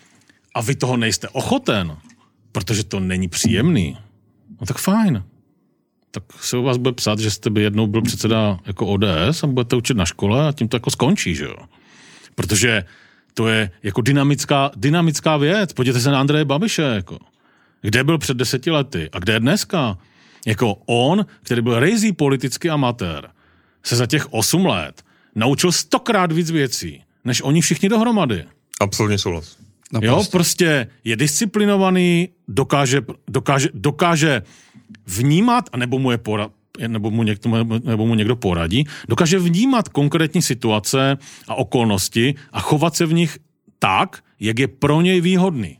a vy toho nejste ochoten, protože to není příjemný, no tak fajn. Tak se u vás bude psát, že jste by jednou byl předseda jako O D S a budete učit na škole a tím to jako skončí, že jo. Protože to je jako dynamická, dynamická věc. Podívejte se na Andreje Babiše, jako. Kde byl před deseti lety a kde je dneska? Jako on, který byl rejzí politický amatér, se za těch osm let naučil stokrát víc věcí, než oni všichni dohromady. Absolutně souhlas. No jo, prostě. prostě je disciplinovaný, dokáže, dokáže, dokáže vnímat, anebo mu je pora, nebo mu, někdo, nebo mu někdo poradí, dokáže vnímat konkrétní situace a okolnosti a chovat se v nich tak, jak je pro něj výhodný.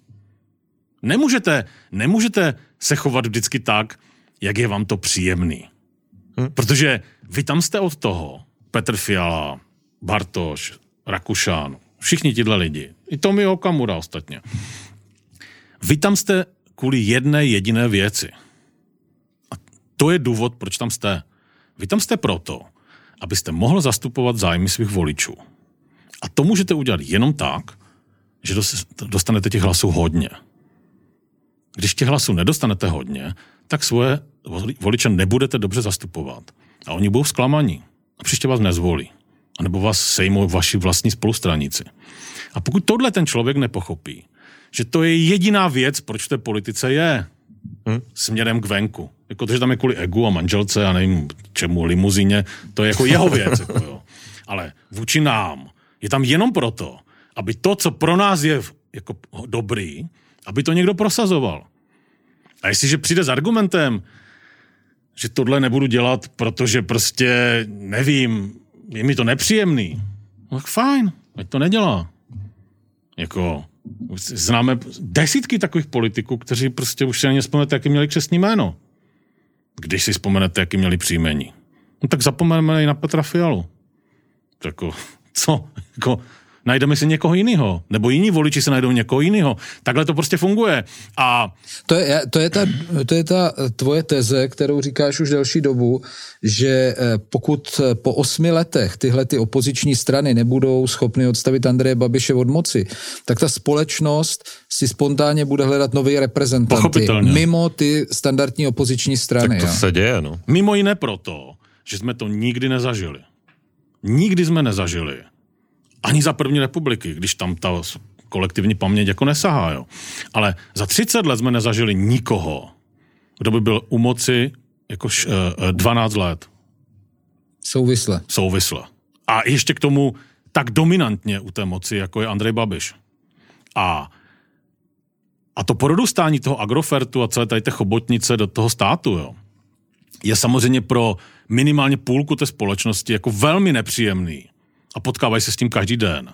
Nemůžete, nemůžete se chovat vždycky tak, jak je vám to příjemný. Hm? Protože vy tam jste od toho, Petr Fiala, Bartoš, Rakušan, všichni tihle lidi, i Tomio Okamura ostatně. Vy tam jste kvůli jedné jediné věci. A to je důvod, proč tam jste. Vy tam jste proto, abyste mohl zastupovat zájmy svých voličů. A to můžete udělat jenom tak, že dostanete těch hlasů hodně. Když těch hlasů nedostanete hodně, tak svoje voliče nebudete dobře zastupovat. A oni budou zklamaní. A příště vás nezvolí. A nebo vás sejmou vaši vlastní spolustraníci. A pokud tohle ten člověk nepochopí, že to je jediná věc, proč v té politice je, hm? směrem k venku. Jako to, že tam je kvůli egu a manželce a nevím čemu, limuzíně, to je jako jeho věc. Jako jo. Ale vůči nám je tam jenom proto, aby to, co pro nás je jako dobrý, aby to někdo prosazoval. A jestliže přijde s argumentem, že tohle nebudu dělat, protože prostě nevím, je mi to nepříjemný, no tak fajn, ať to nedělá. Jako, známe desítky takových politiků, kteří prostě už si ani vzpomenete, jaký měli křestní jméno. Když si vzpomenete, jaký měli příjmení. No tak zapomeneme i na Petra Fialu. Jako, co? Jako, najdeme si někoho jiného. Nebo jiní voliči se najdou někoho jiného. Takhle to prostě funguje. A to je, to je, ta, to je ta tvoje teze, kterou říkáš už delší dobu, že pokud po osmi letech tyhle ty opoziční strany nebudou schopny odstavit Andreje Babiše od moci, tak ta společnost si spontánně bude hledat nový reprezentanty mimo ty standardní opoziční strany. Tak to jo. se děje, no. Mimo jiné proto, že jsme to nikdy nezažili. nikdy jsme nezažili. Ani za první republiky, když tam ta kolektivní paměť jako nesahá, jo. Ale za třicet let jsme nezažili nikoho, kdo by byl u moci jako dvanáct let. Souvisle. Souvisle. A ještě k tomu tak dominantně u té moci, jako je Andrej Babiš. A, a to porodůstání toho Agrofertu a celé tady té chobotnice do toho státu, jo, je samozřejmě pro minimálně půlku té společnosti jako velmi nepříjemný. A potkávají se s tím každý den.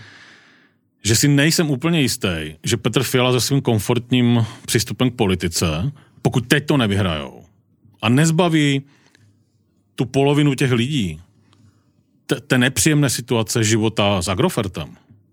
Že si nejsem úplně jistý, že Petr Fiala se svým komfortním přístupem k politice, pokud teď to nevyhrajou a nezbaví tu polovinu těch lidí té nepříjemné situace života s Agrofertem,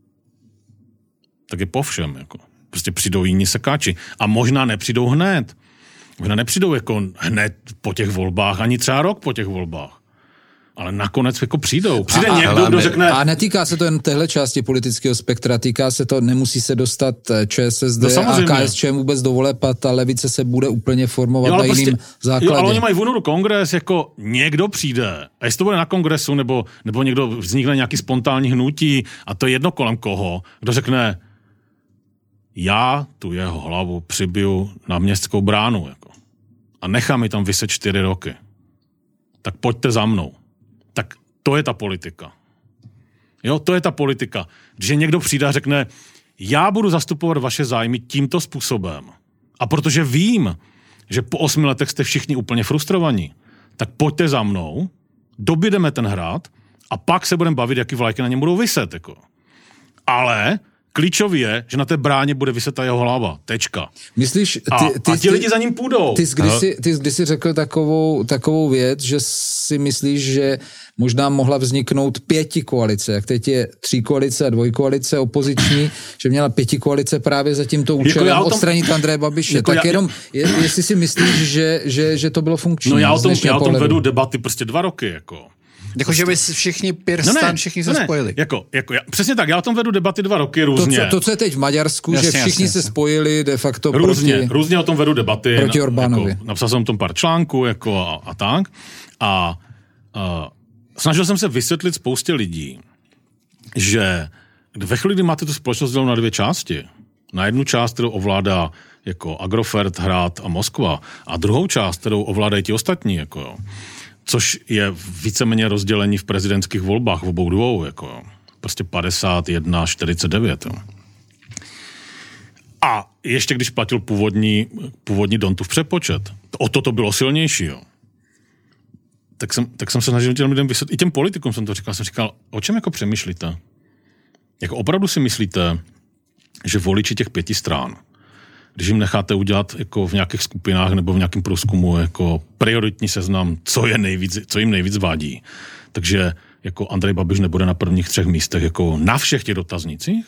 tak je po všem. Jako. Prostě přijdou jiní sekáči. A možná nepřijdou hned. Možná nepřijdou jako hned po těch volbách, ani třeba rok po těch volbách. Ale nakonec jako přijdou. Přijde a, někdo, kdo řekne... A netýká se to jen téhle části politického spektra, týká se to, nemusí se dostat ČSSD no, a KSČM vůbec do voleb a ta levice se bude úplně formovat jo, na jiným prostě, základě. Jo, ale oni mají v únoru kongres, jako někdo přijde. A jestli to bude na kongresu, nebo, nebo někdo vznikne nějaký spontánní hnutí a to je jedno kolem koho, kdo řekne já tu jeho hlavu přibiju na městskou bránu. Jako. A nechám mi tam vyset čtyři roky. Tak pojďte za mnou. Tak to je ta politika. Jo, to je ta politika. Když někdo přijde a řekne, já budu zastupovat vaše zájmy tímto způsobem. A protože vím, že po osmi letech jste všichni úplně frustrovaní, tak pojďte za mnou, dobydeme ten hrad a pak se budeme bavit, jaký vlajky na něm budou viset. Jako. Ale klíčový je, že na té bráně bude vyset ta jeho hlava. Tečka. Myslíš, ty, a, ty, a ti ty, lidi za ním půjdou. Ty jsi kdysi, ty jsi kdysi řekl takovou, takovou věc, že si myslíš, že možná mohla vzniknout pěti koalice, jak teď je tří koalice a dvojkoalice opoziční, že měla pěti koalice právě za tímto účelem jako tom, odstranit Andreje Babiše. Jako tak já, jenom, je, jestli si myslíš, že, že, že to bylo funkční. No já o tom, já o tom vedu debaty prostě dva roky, jako. Jako, že by všichni Pirstan, no ne, všichni se no ne, spojili. Jako, jako, já, přesně tak, já o tom vedu debaty dva roky různě. To, co, to, co je teď v Maďarsku, jasně, že všichni jasně, se spojili de facto různě, proti... Různě o tom vedu debaty. Proti Orbánovi. Jako, napsal jsem o tom pár článků jako a, a tak. A, a snažil jsem se vysvětlit spoustě lidí, že ve chvíli, kdy máte tu společnost dělou na dvě části, na jednu část, kterou ovládá jako Agrofert, Hrad a Moskva, a druhou část, kterou ovládají ti ostatní, jako jo, což je víceméně rozdělení v prezidentských volbách v obou dvou, jako prostě padesát jedna čtyřicet devět. Jo. A ještě když platil původní, původní Dontův přepočet, o to to bylo silnější, jo. Tak jsem, tak jsem se snažil těm lidem vysvětlit, i těm politikům jsem to říkal, jsem říkal, o čem jako přemýšlíte? Jako opravdu si myslíte, že voliči těch pěti stran, když jim necháte udělat jako v nějakých skupinách nebo v nějakém průzkumu jako prioritní seznam, co je nejvíc, co jim nejvíc vadí. Takže jako Andrej Babiš nebude na prvních třech místech jako na všech těch dotaznicích?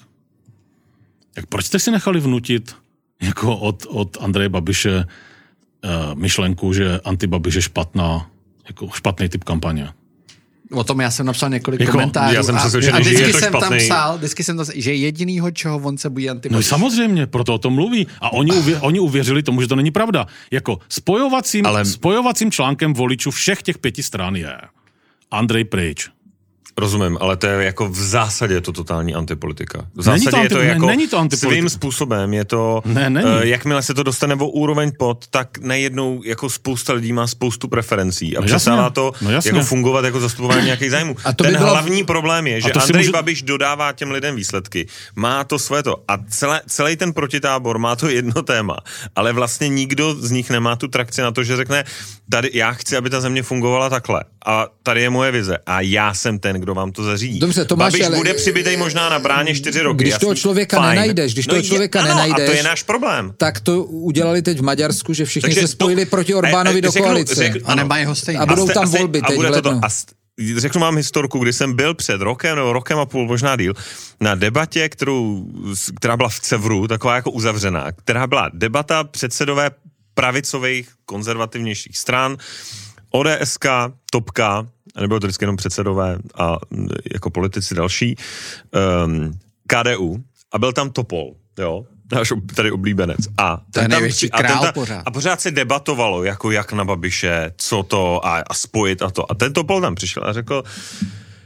Jak proč jste si nechali vnutit jako od, od Andreje Babiše uh, myšlenku, že anti-Babiš je špatná, jako špatný typ kampaně? O tom já jsem napsal několik jako, komentářů. Já jsem přesvědčen, že a vždycky je to jsem špatný. tam psal, vždycky jsem to, že jedinýho, čeho on se bojí anti-Babiš. No samozřejmě, proto o tom mluví. A oni, uvě, oni uvěřili tomu, že to není pravda. Jako spojovacím, Ale... spojovacím článkem voličů všech těch pěti stran je Andrej pryč. Rozumím, ale to je jako v zásadě je to totální antipolitika. V zásadě není to, anti, je to jako ne, není to antipolitika. Svým způsobem je to, ne, není. Uh, jakmile se to dostane o úroveň pod, tak najednou jako spousta lidí má spoustu preferencí a no přestává to no jako fungovat jako zastupování nějakých zájmů. A Ten by byla... hlavní problém je, že Andrej může... Babiš dodává těm lidem výsledky. Má to své to a celé, celý ten protitábor má to jedno téma, ale vlastně nikdo z nich nemá tu trakci na to, že řekne, tady já chci, aby ta země fungovala takhle a tady je moje vize a já jsem ten, kdo vám to zařídí. Dobře, Tomáš, Babiš ale... bude přibitej možná na bráně čtyři roky. Když toho člověka fajn. nenajdeš, když no toho člověka je, nenajdeš, ano, a to je náš problém. Tak to udělali teď v Maďarsku, že všichni Takže se spojili to, proti Orbánovi a, a, do řeknu, koalice. Řeknu, a nemají ho stejně. A budou a tam asi, volby a teď bude v to, lednu. a řeknu vám historku, kdy jsem byl před rokem nebo rokem a půl, možná díl, na debatě, kterou, která byla v Cevru, taková jako uzavřená, která byla debata předsedové pravicových konzervativnějších stran, ODSK, Topka, nebylo to vždycky jenom předsedové a jako politici další, um, K D U, a byl tam Topol, jo, náš tady oblíbenec. A to je tam, největší a král ta, pořád. A pořád se debatovalo, jako jak na Babiše, co to a, a spojit a to. A ten Topol tam přišel a řekl,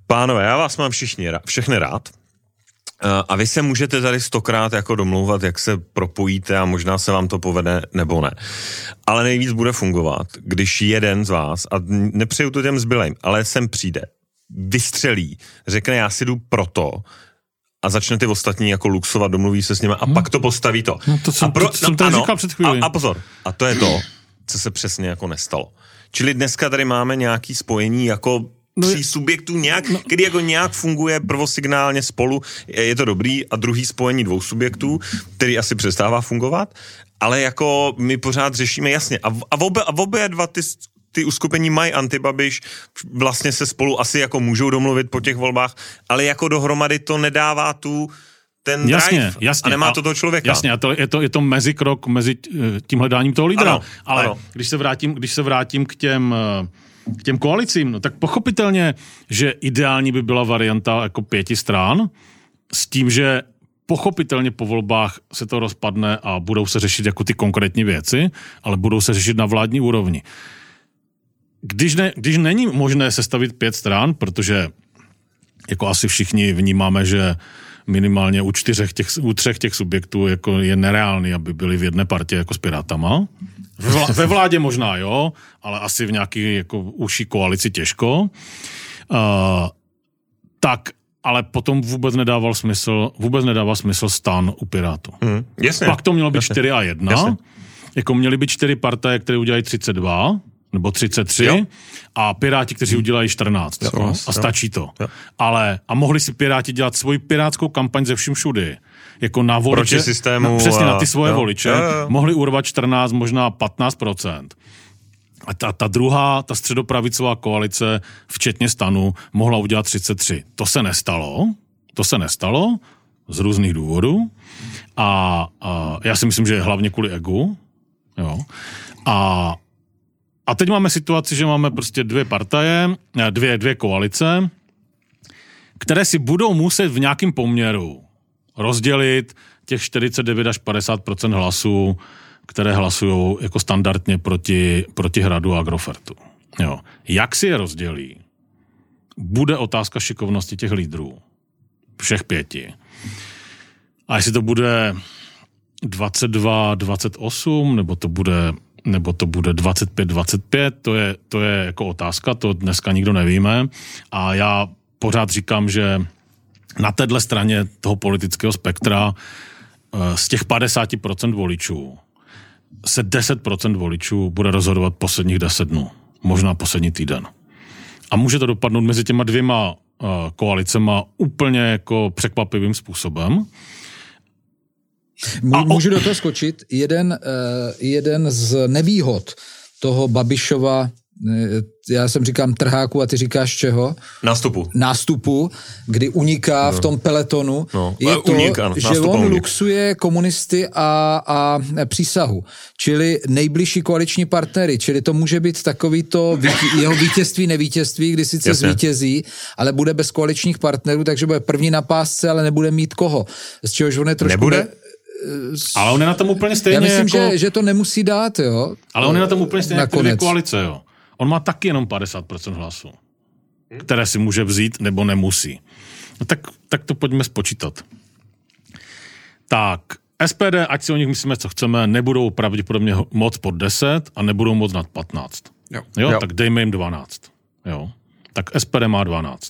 Pánové, já vás mám všichni, všechny rád. A vy se můžete tady stokrát jako domlouvat, jak se propojíte a možná se vám to povede nebo ne. Ale nejvíc bude fungovat, když jeden z vás, a nepřeju to těm zbylejm, ale sem přijde, vystřelí, řekne já si jdu proto a začne ty ostatní jako luxovat, domluví se s nimi a hmm. pak to postaví to. No to jsem, a pro, to, jsem no, tady ano, říkal před chvíli. A, a pozor, a to je to, co se přesně jako nestalo. Čili dneska tady máme nějaký spojení jako No, tří subjektů, nějak, no. který jako nějak funguje prvosignálně spolu, je, je to dobrý, a druhý spojení dvou subjektů, který asi přestává fungovat, ale jako my pořád řešíme jasně. A, a, v, obě, a v obě dva ty, ty uskupení mají antibabiš, vlastně se spolu asi jako můžou domluvit po těch volbách, ale jako dohromady to nedává tu ten jasně, drive jasně, a nemá a, to toho člověka. Jasně, a to, je, to, je to mezikrok mezi tím hledáním toho lídra. Ano, ale ano. Když, se vrátím, když se vrátím k těm... k těm koalicím, no tak pochopitelně, že ideální by byla varianta jako pěti stran, s tím, že pochopitelně po volbách se to rozpadne a budou se řešit jako ty konkrétní věci, ale budou se řešit na vládní úrovni. Když, ne, když není možné sestavit pět stran, protože jako asi všichni vnímáme, že minimálně u čtyřech těch, u třech těch subjektů jako je nereálný, aby byli v jedné partě jako s Pirátama. Ve vládě možná, jo, ale asi v nějaký jako užší koalici těžko. Uh, tak, ale potom vůbec nedával smysl, vůbec nedával smysl STAN u Pirátů. Hmm, jasně. Pak to mělo být jasně. čtyři a jedna. Jasně. Jako měly být čtyři partaje, které udělají třicet dva, nebo třicet tři, jo. A Piráti, kteří udělají čtrnáct. Jo, jo. A stačí to. Jo. Ale, a mohli si Piráti dělat svoji pirátskou kampaň ze vším všudy. Jako na voliče. Proti systému. Na, přesně a, na ty svoje jo, voliče. Jo, jo. Mohli urvat čtrnáct, možná patnáct procent. A ta, ta druhá, ta středopravicová koalice, včetně STANu, mohla udělat třicet tři. To se nestalo. To se nestalo z různých důvodů. A, a já si myslím, že hlavně kvůli egu. Jo. A A teď máme situaci, že máme prostě dvě partaje, dvě, dvě koalice, které si budou muset v nějakém poměru rozdělit těch čtyřicet devět až padesát procent hlasů, které hlasují jako standardně proti, proti Hradu a Agrofertu. Jo. Jak si je rozdělí? Bude otázka šikovnosti těch lídrů. Všech pěti. A jestli to bude dvacet dva dvacet osm, nebo to bude... nebo to bude dvacet pět dvacet pět, to je, to je jako otázka, to dneska nikdo nevíme. A já pořád říkám, že na téhle straně toho politického spektra z těch padesát procent voličů se deset procent voličů bude rozhodovat posledních deset dnů, možná poslední týden. A může to dopadnout mezi těma dvěma koalicema úplně jako překvapivým způsobem. Můžu do toho skočit? Jeden, jeden z nevýhod toho Babišova, já jsem říkám trháku a ty říkáš čeho? Nástupu. Nástupu, kdy uniká no. v tom peletonu, no. je to, unik, ano, že on unik. luxuje komunisty a, a přísahu, čili nejbližší koaliční partnery, čili to může být takový to víti, jeho vítězství, nevítězství, kdy sice Jasně. zvítězí, ale bude bez koaličních partnerů, takže bude první na pásce, ale nebude mít koho. Z čehož on je trošku... Nebude? Ne, ale on je na tom úplně stejně. Já myslím, jako... že, že to nemusí dát, jo. Ale on je na tom úplně stejně jako dvě koalice, jo. On má taky jenom padesát procent hlasů, které si může vzít nebo nemusí. No tak, tak to pojďme spočítat. Tak, S P D, ať si o nich myslíme, co chceme, nebudou pravděpodobně moc pod deset a nebudou moc nad patnáct. Jo. Jo, jo. tak dejme jim dvanáct. Jo. Tak S P D má dvanáct.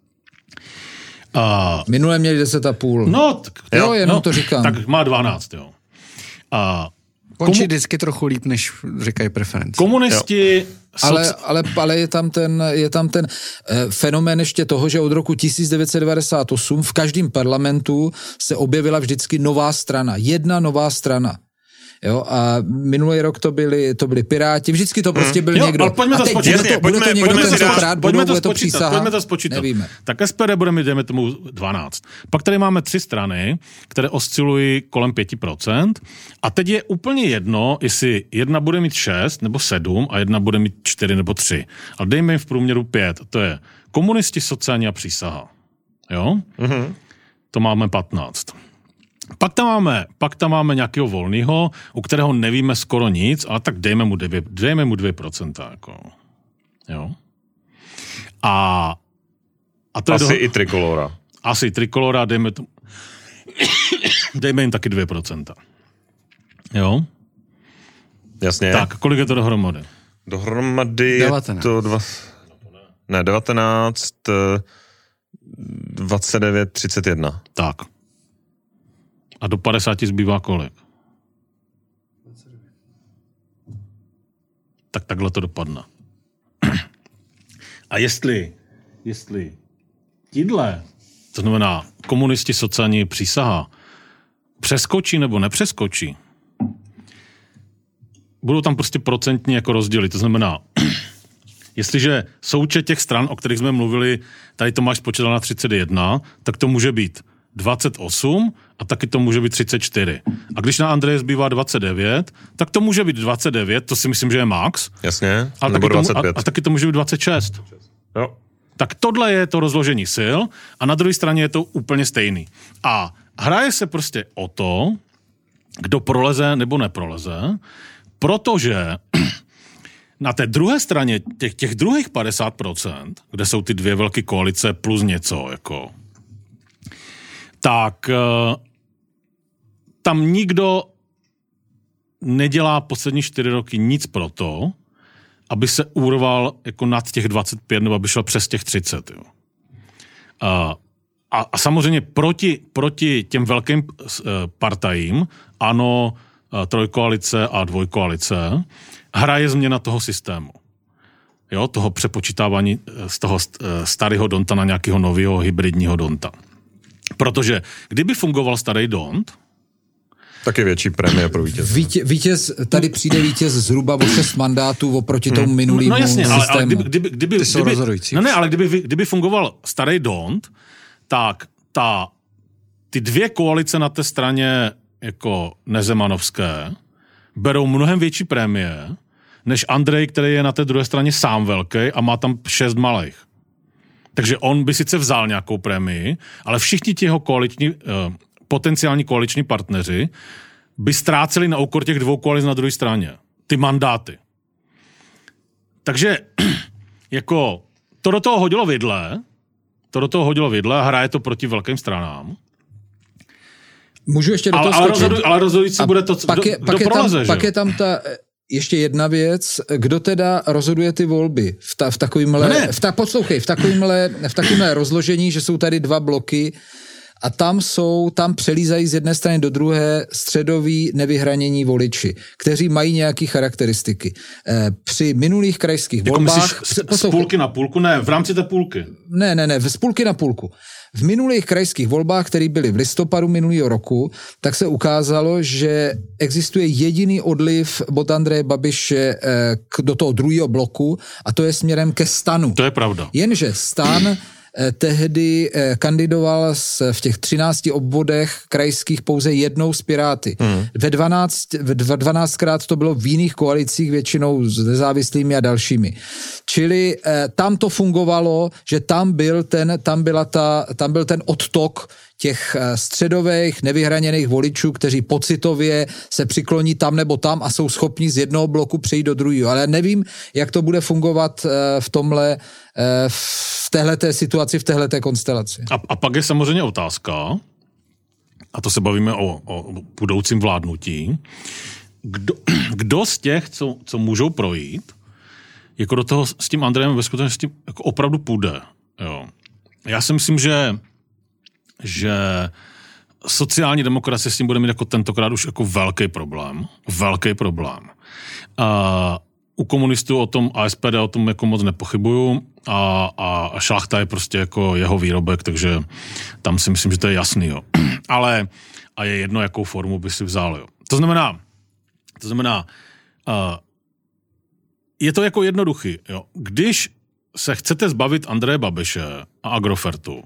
Uh, Minule měli deset a půl. No, tak, jo, jenom no, to říkám. Tak má dvanáct, jo. A končí komu... vždycky trochu líp, než říkají preference. Komunisti... Soci... Ale, ale, ale je tam ten, je tam ten eh, fenomén ještě toho, že od roku tisíc devět set devadesát osm v každém parlamentu se objevila vždycky nová strana. Jedna nová strana. Jo, a minulý rok to byli, to byli Piráti, vždycky to prostě byl jo, někdo. Ale pojďme to spočítat. Bude to, bude to někdo tentokrát, pojďme bude to to přísaha. Pojďme to spočítat. Nevíme. Tak S P D bude mít, dejme tomu, dvanáct. Pak tady máme tři strany, které oscilují kolem pět procent a teď je úplně jedno, jestli jedna bude mít šest nebo sedm a jedna bude mít čtyři nebo tři. Ale dejme jim v průměru pět. To je komunisti, sociální a přísaha. Jo? Mm-hmm. To máme patnáct. Pak tam máme, pak tam máme nějakého volného, u kterého nevíme skoro nic, ale tak dejme mu dvě, dejme mu dvě procenta. Jako. Jo. A, A to Asi je do... i Trikolora. Asi Trikolora, dejme to... dejme jim taky dvě procenta. Jo? Jasně. Tak, kolik je to dohromady? Dohromady devatenáct. je to dva... Ne, devatenáct, dvacet devět, třicet jedna. Tak. A do padesáti zbývá kolik? Tak takhle to dopadne. A jestli, jestli tíhle, to znamená komunisti, sociální přísaha, přeskočí nebo nepřeskočí, budou tam prostě procentní jako rozdíly. To znamená, jestliže součet těch stran, o kterých jsme mluvili, tady to máš spočítat na třicet jedna, tak to může být dvacet osm a taky to může být třicet čtyři. A když na Andreje zbývá dvacet devět, tak to může být dvacet devět, to si myslím, že je max. Jasně, a nebo taky dvacet to, pět. a, a taky to může být dvacet šest. Jo. Tak tohle je to rozložení sil a na druhé straně je to úplně stejný. A hraje se prostě o to, kdo proleze nebo neproleze, protože na té druhé straně těch, těch druhých padesát procent, kde jsou ty dvě velké koalice plus něco, jako, tak tam nikdo nedělá poslední čtyři roky nic pro to, aby se urval jako nad těch dvacet pět nebo aby šel přes těch třicet. Jo. A, a, a samozřejmě proti, proti těm velkým partajím, ano, trojkoalice a dvojkoalice, hraje změna toho systému. Jo, toho přepočítávání z toho starého donta na nějakého nového hybridního donta. Protože kdyby fungoval starý dont, taky větší prémie pro vítěze. Vítě, vítěz, tady přijde vítěz zhruba o šest mandátů oproti tomu minulýmu no jasně, systému. ale, ale kdyby, kdyby, kdyby, Ty jsou kdyby, rozhodující. No ne, ale kdyby, kdyby fungoval starý dont, tak ta, ty dvě koalice na té straně jako nezemanovské berou mnohem větší prémie, než Andrej, který je na té druhé straně sám velký a má tam šest malých. Takže on by sice vzal nějakou prémii, ale všichni ti jeho koaliční, potenciální koaliční partneři by ztráceli na úkor těch dvou koalic na druhé straně. Ty mandáty. Takže jako to do toho hodilo vidle, to do toho hodilo vidle a hraje to proti velkým stranám. Můžu ještě do toho ale, ale, skočit? rozhoduj, ale rozhodující bude to, pak kdo, je, kdo pak je proleze, tam, že? Pak je tam ta ještě jedna věc, kdo teda rozhoduje ty volby v, ta, v takovýmhle, no ne. v ta, poslouchej, v takovýmhle, v takovýmhle rozložení, že jsou tady dva bloky a tam jsou, tam přelízají z jedné strany do druhé středoví nevyhranění voliči, kteří mají nějaké charakteristiky. E, při minulých krajských jako volbách... Myslíš z půlky na půlku? Ne, v rámci té půlky. Ne, ne, ne, z půlky na půlku. V minulých krajských volbách, které byly v listopadu minulého roku, tak se ukázalo, že existuje jediný odliv od Andreje Babiše do toho druhého bloku a to je směrem ke STANu. To je pravda. Jenže STAN tehdy kandidoval v těch třinácti obvodech krajských pouze jednou z Piráty. Hmm. Ve dvanáct, v dvanáctkrát to bylo v jiných koalicích, většinou s nezávislými a dalšími. Čili eh, tam to fungovalo, že tam byl ten, tam byla ta, tam byl ten odtok těch středových, nevyhraněných voličů, kteří pocitově se přikloní tam nebo tam a jsou schopni z jednoho bloku přejít do druhého. Ale nevím, jak to bude fungovat v tomhle, v téhleté situaci, v téhleté konstelaci. A, a pak je samozřejmě otázka, a to se bavíme o, o budoucím vládnutí, kdo, kdo z těch, co, co můžou projít, jako do toho s tím Andrejem ve skutečnosti jako opravdu půjde. Jo. Já si myslím, že že sociální demokracie s tím bude mít jako tentokrát už jako velký problém. Velký problém. A u komunistů o tom a S P D o tom jako moc nepochybuju a, a, a Šlachta je prostě jako jeho výrobek, takže tam si myslím, že to je jasný. Jo. Ale a je jedno, jakou formu by si vzal. Jo. To znamená, to znamená uh, je to jako jednoduchý. Jo. Když se chcete zbavit Andreje Babiše a Agrofertu,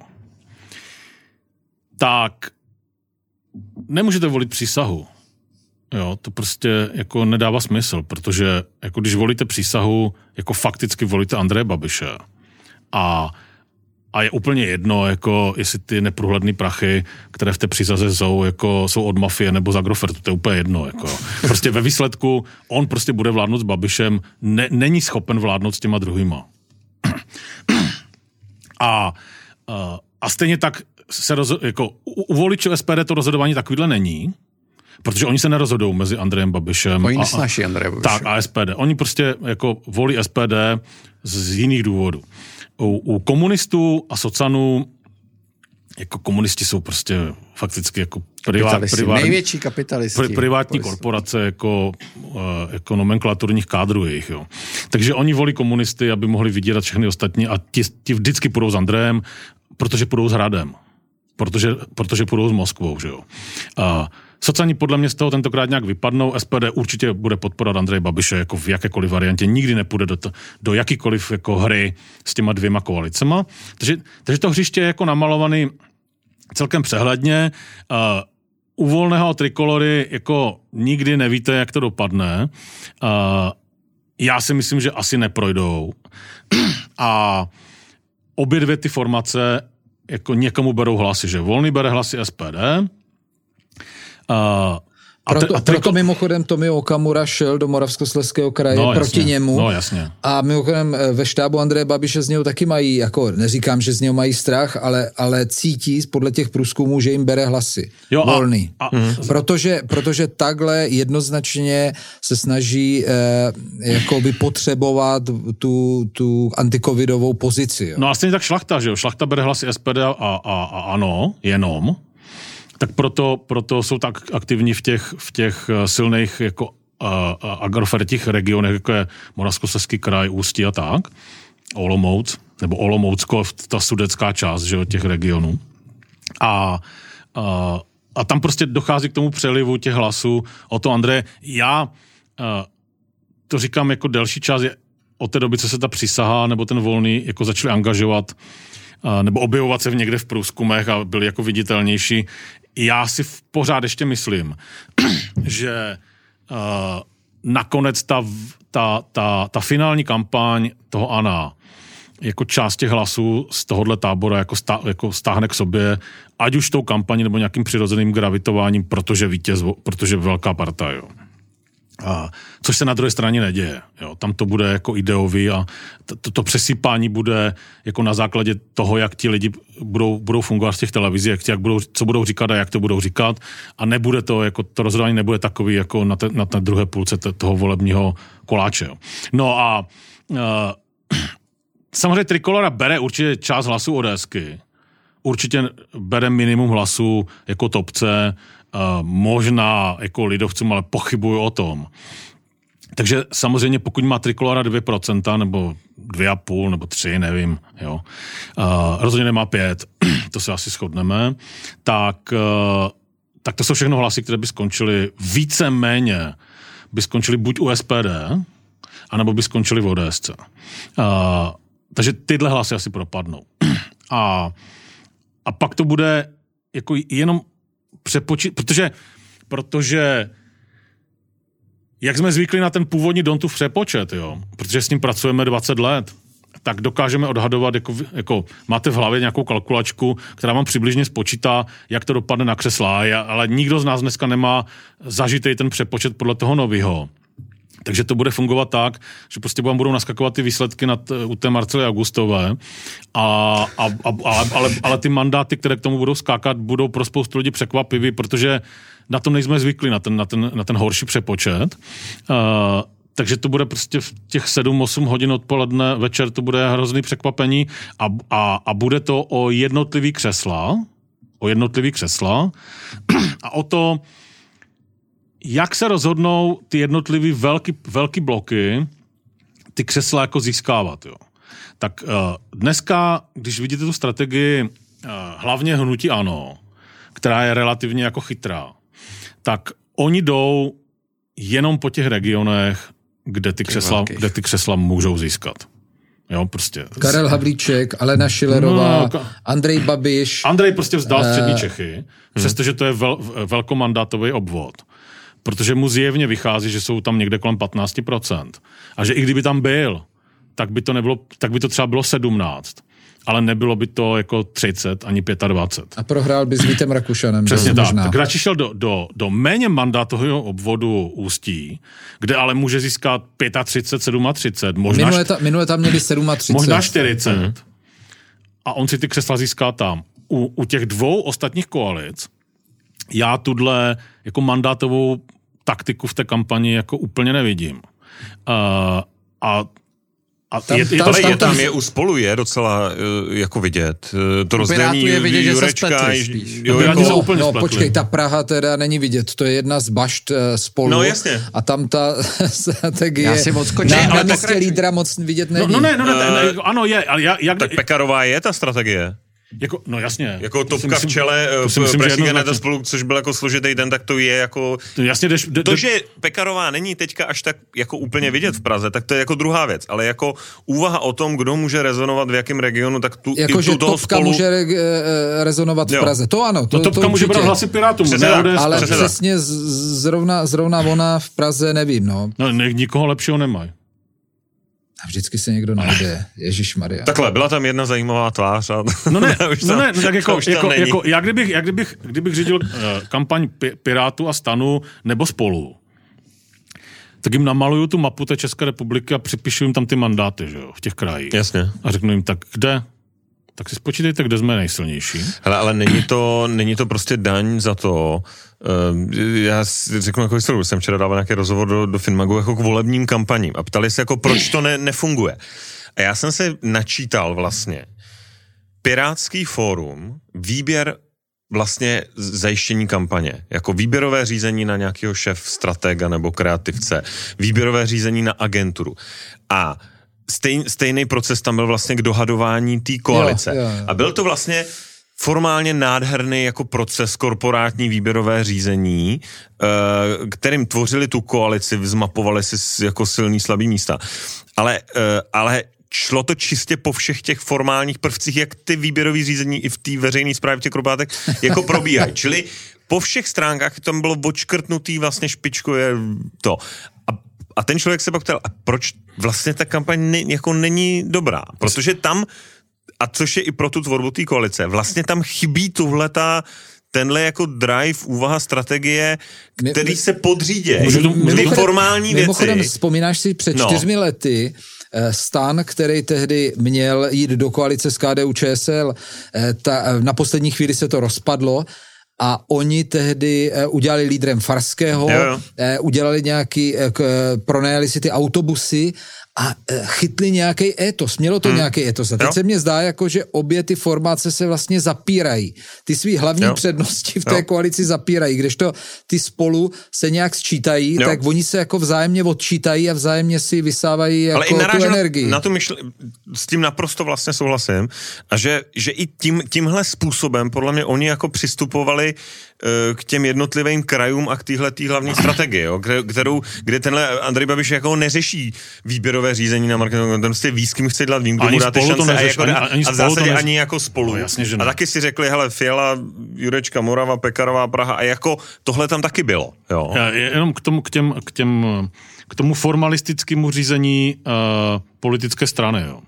tak nemůžete volit přísahu. Jo, to prostě jako nedává smysl, protože jako když volíte přísahu, jako fakticky volíte Andreje Babiše. A, a je úplně jedno, jako jestli ty neprůhledný prachy, které v té přísaze jsou, jako jsou od mafie nebo z Agrofertu, to je úplně jedno. Jako. Prostě ve výsledku on prostě bude vládnout s Babišem, ne, není schopen vládnout s těma druhýma. A a stejně tak se rozho- jako u, u voličů S P D to rozhodování takovýhle není, protože oni se nerozhodou mezi Andrejem Babišem oni a, nesnaší Andreje Babiše. Tak, a S P D. Oni prostě jako volí S P D z, z jiných důvodů. U, u komunistů a socanů jako komunisti jsou prostě fakticky jako privát, privát, největší kapitalisti. Pri, privátní korporace jako, jako nomenklaturních kádrů jejich. Jo. Takže oni volí komunisty, aby mohli vydírat všechny ostatní a ti, ti vždycky půjdou s Andrejem, protože půjdou s Hradem. Protože, protože půjdou s Moskvou. Že jo. A socani podle mě z toho tentokrát nějak vypadnou. S P D určitě bude podporovat Andreje Babiše jako v jakékoliv variantě. Nikdy nepůjde do, to, do jakýkoliv jako hry s těma dvěma koalicema. Takže, takže to hřiště je jako namalovaný celkem přehledně. Uh, u Volného Trikolory jako nikdy nevíte, jak to dopadne. Uh, já si myslím, že asi neprojdou. A obě dvě ty formace jako někomu berou hlasy, že Volný bere hlasy S P D. Uh, A proto, a triko... proto mimochodem Tomio Okamura šel do Moravskoslezského kraje no, proti jasně, němu. No, jasně. A mimochodem ve štábu Andreje Babiše z něho taky mají, jako neříkám, že z něho mají strach, ale, ale cítí podle těch průzkumů, že jim bere hlasy. Jo, Volný. A, a, mm. protože, protože takhle jednoznačně se snaží eh, jakoby potřebovat tu, tu antikovidovou pozici. Jo. No a stejně tak Šlachta, že jo? Šlachta bere hlasy S P D a, a, a ANO, jenom. Tak proto, proto jsou tak aktivní v těch, v těch silných jako uh, agrofertích regionech, jako je Moravskoslezský kraj, Ústí a tak, Olomouc, nebo Olomoucko, ta sudecká část, že jo, těch regionů. A, uh, a tam prostě dochází k tomu přelivu těch hlasů o to, Andreje. Já uh, to říkám jako delší čas, je od té doby, co se ta přísaha nebo ten Volný jako začali angažovat uh, nebo objevovat se v někde v průzkumech a byli jako viditelnější. Já si pořád ještě myslím, že uh, nakonec ta, ta, ta, ta finální kampaň toho Ana jako část těch hlasů z tohohle tábora jako, stá, jako stáhne k sobě, ať už tou kampaní nebo nějakým přirozeným gravitováním, protože vítěz, protože velká parta, jo. A, což se na druhé straně neděje. Jo. Tam to bude jako ideový a to, to přesýpání bude jako na základě toho, jak ti lidi budou, budou fungovat z těch televizí, jak, jak budou, co budou říkat a jak to budou říkat a nebude to, jako to rozhodování nebude takový jako na té, na té druhé půlce toho volebního koláče. Jo. No a uh, samozřejmě Trikolora bere určitě část hlasů ODSky, určitě bere minimum hlasů jako topce, Uh, možná jako lidovcům, ale pochybuju o tom. Takže samozřejmě pokud má Trikolora dvě procenta nebo dvě a půl nebo tři, nevím, jo. Uh, rozhodně nemá pět, to se asi shodneme, tak, uh, tak to jsou všechno hlasy, které by skončily víceméně, by skončily buď u S P D, anebo by skončily v O D S C. Uh, takže tyhle hlasy asi propadnou. a, a pak to bude jako jenom přepočít, protože, protože jak jsme zvykli na ten původní Dontův přepočet, jo, protože s ním pracujeme dvacet let, tak dokážeme odhadovat, jako, jako máte v hlavě nějakou kalkulačku, která vám přibližně spočítá, jak to dopadne na křesla, ale nikdo z nás dneska nemá zažitej ten přepočet podle toho novýho. Takže to bude fungovat tak, že prostě vám budou naskakovat ty výsledky nad, u té Marcely Augustové, a, a, a, a, ale, ale ty mandáty, které k tomu budou skákat, budou pro spoustu lidí překvapivý, protože na to nejsme zvyklí, na ten, na ten, na ten horší přepočet. Uh, takže to bude prostě v těch sedm osm hodin odpoledne, večer to bude hrozný překvapení a, a, a bude to o jednotlivý křesla, o jednotlivý křesla a o to, jak se rozhodnou ty jednotlivý velký, velký bloky ty křesla jako získávat, jo. Tak uh, dneska, když vidíte tu strategii uh, hlavně hnutí ANO, která je relativně jako chytrá, tak oni jdou jenom po těch regionech, kde ty křesla, kde ty křesla můžou získat. Jo, prostě. Karel Havlíček, Alena Schillerová, no, Andrej Babiš. Andrej prostě vzdal střední Čechy, hmm. přestože to je vel, velkomandátový obvod. Protože mu zjevně vychází, že jsou tam někde kolem patnáct procent. A že i kdyby tam byl, tak by to nebylo, tak by to třeba bylo sedmnáct. Ale nebylo by to jako třicet ani dvacet pět. A prohrál by s Vítem Rakušanem. Přesně tak. Tak radši šel do, do, do méně mandátového obvodu Ústí, kde ale může získat třicet pět, třicet sedm, třicet. Možná, minule, ta, minule tam měli třicet sedm. Možná čtyřicet. Mm. A, a on si ty křesla získá tam. U, u těch dvou ostatních koalic já tudle jako mandátovou taktiku v té kampani jako úplně nevidím. Uh, a A tam, je, je, tam, to, ale tam, je tam tam, je u Spolu je docela uh, jako vidět. Uh, to rozdělení je vidět, že se Jurečka, spletli spíš. jo, Piráti jako, jsou úplně no spletli. počkej, ta Praha teda není vidět, to je jedna z bašt uh, Spolu. No jasně. A tam ta strategie Já si odskočím. na, Ne, na ale místě pokračuj. lídra moc vidět není. no, no ne, no ne, Uh, ne, ano je, ale já, jak, tak Pekarová je ta strategie. jako, no jasně. Jako To si topka myslím- v čele to si myslím, že Pražský jednoznačně. kandidát Spolu, což byl jako složitý den, tak to je jako... To jasně jdeš, de, To, de, že Pekarová není teďka až tak jako úplně vidět v Praze, tak to je jako druhá věc, ale jako úvaha o tom, kdo může rezonovat v jakém regionu, tak tu, Jako, i že tu toho topka Spolu... může re, e, rezonovat v Jo. Praze. To ano, to, no topka to může určitě. brát hlasy Pirátům, Přesně ne tak, O D S. Ale Přesně tak. přesně z, zrovna, zrovna ona v Praze nevím, no. No, ne, nikoho lepšího nemají. A vždycky se někdo najde. Ježišmarja. Takhle, byla tam jedna zajímavá tvář a... No ne, už no tam- ne, no tak to jako, už tam jako, není. jako já kdybych, já kdybych, kdybych řídil uh, kampaň Pi- Pirátů a Stanu nebo Spolu, tak jim namaluju tu mapu té České republiky a připíšu jim tam ty mandáty, že jo, v těch krajích. Jasně. A řeknu jim, tak kde? Tak si spočítejte, kde jsme nejsilnější. Hele, ale není to, není to prostě daň za to, uh, já si řeknu jako historiu, jsem včera dával nějaký rozhovor do, do Finmagu jako k volebním kampaním a ptali se jako, proč to ne, nefunguje. A já jsem se načítal vlastně. Pirátský fórum, výběr vlastně zajištění kampaně, jako výběrové řízení na nějakého šéf stratega nebo kreativce, výběrové řízení na agenturu. A stejn, stejný proces tam byl vlastně k dohadování té koalice. Jo, jo, jo. A byl to vlastně formálně nádherný jako proces korporátní výběrové řízení, kterým tvořili tu koalici, zmapovali si jako silný slabý místa. Ale, ale šlo to čistě po všech těch formálních prvcích, jak ty výběrový řízení i v té veřejné správě v těch korporátech jako probíhají. Čili po všech stránkách tam bylo odškrtnutý vlastně špičkově to. A, a ten člověk se pak ptal, a proč vlastně ta kampaň ne, jako není dobrá? Protože tam, a což je i pro tu tvorbu té koalice, vlastně tam chybí tuhleta tenhle jako drive, úvaha, strategie, který My- se podřídě. Můžu to- Ty formální Mimochodem, věci. vzpomínáš si před No. čtyřmi lety eh, Stan, který tehdy měl jít do koalice s K D U Č S L, eh, ta, eh, na poslední chvíli se to rozpadlo a oni tehdy eh, udělali lídrem Farského, Jo, jo. eh, udělali nějaký, eh, k, eh, pronajali si ty autobusy a eh, chytli nějaký étos, mělo to hmm. nějaký étos. A teď Jo. se mně zdá, jako, že obě ty formace se vlastně zapírají. Ty svý hlavní Jo. přednosti v té Jo. koalici zapírají, kdežto ty Spolu se nějak sčítají, Jo. tak oni se jako vzájemně odčítají a vzájemně si vysávají jako Ale i tu narážím energii. na, na tu myšle, s tím naprosto vlastně souhlasím a že, že i tím, tímhle způsobem podle mě oni jako přistupovali uh, k těm jednotlivým krajům a k téhle tý hlavní strategii, jo, kde, kterou, kde tenhle Andrej Babiš jako neřeší výběrové řízení na marketingu, ten prostě ví, s kým chce dělat, vím, kdo Ani mu dá ty Spolu to šance a, neřeší, jako, ani- a, ani a v Spolu to zásadě neřeší. ani jako Spolu. No, jasně, že ne. A taky si řekli, hele, Fiala, Jurečka, Morava, Pekarová, Praha a jako tohle tam taky bylo. Jo. Já jenom k tomu, k těm, k těm, k tomu formalistickému řízení uh, politické strany, jo.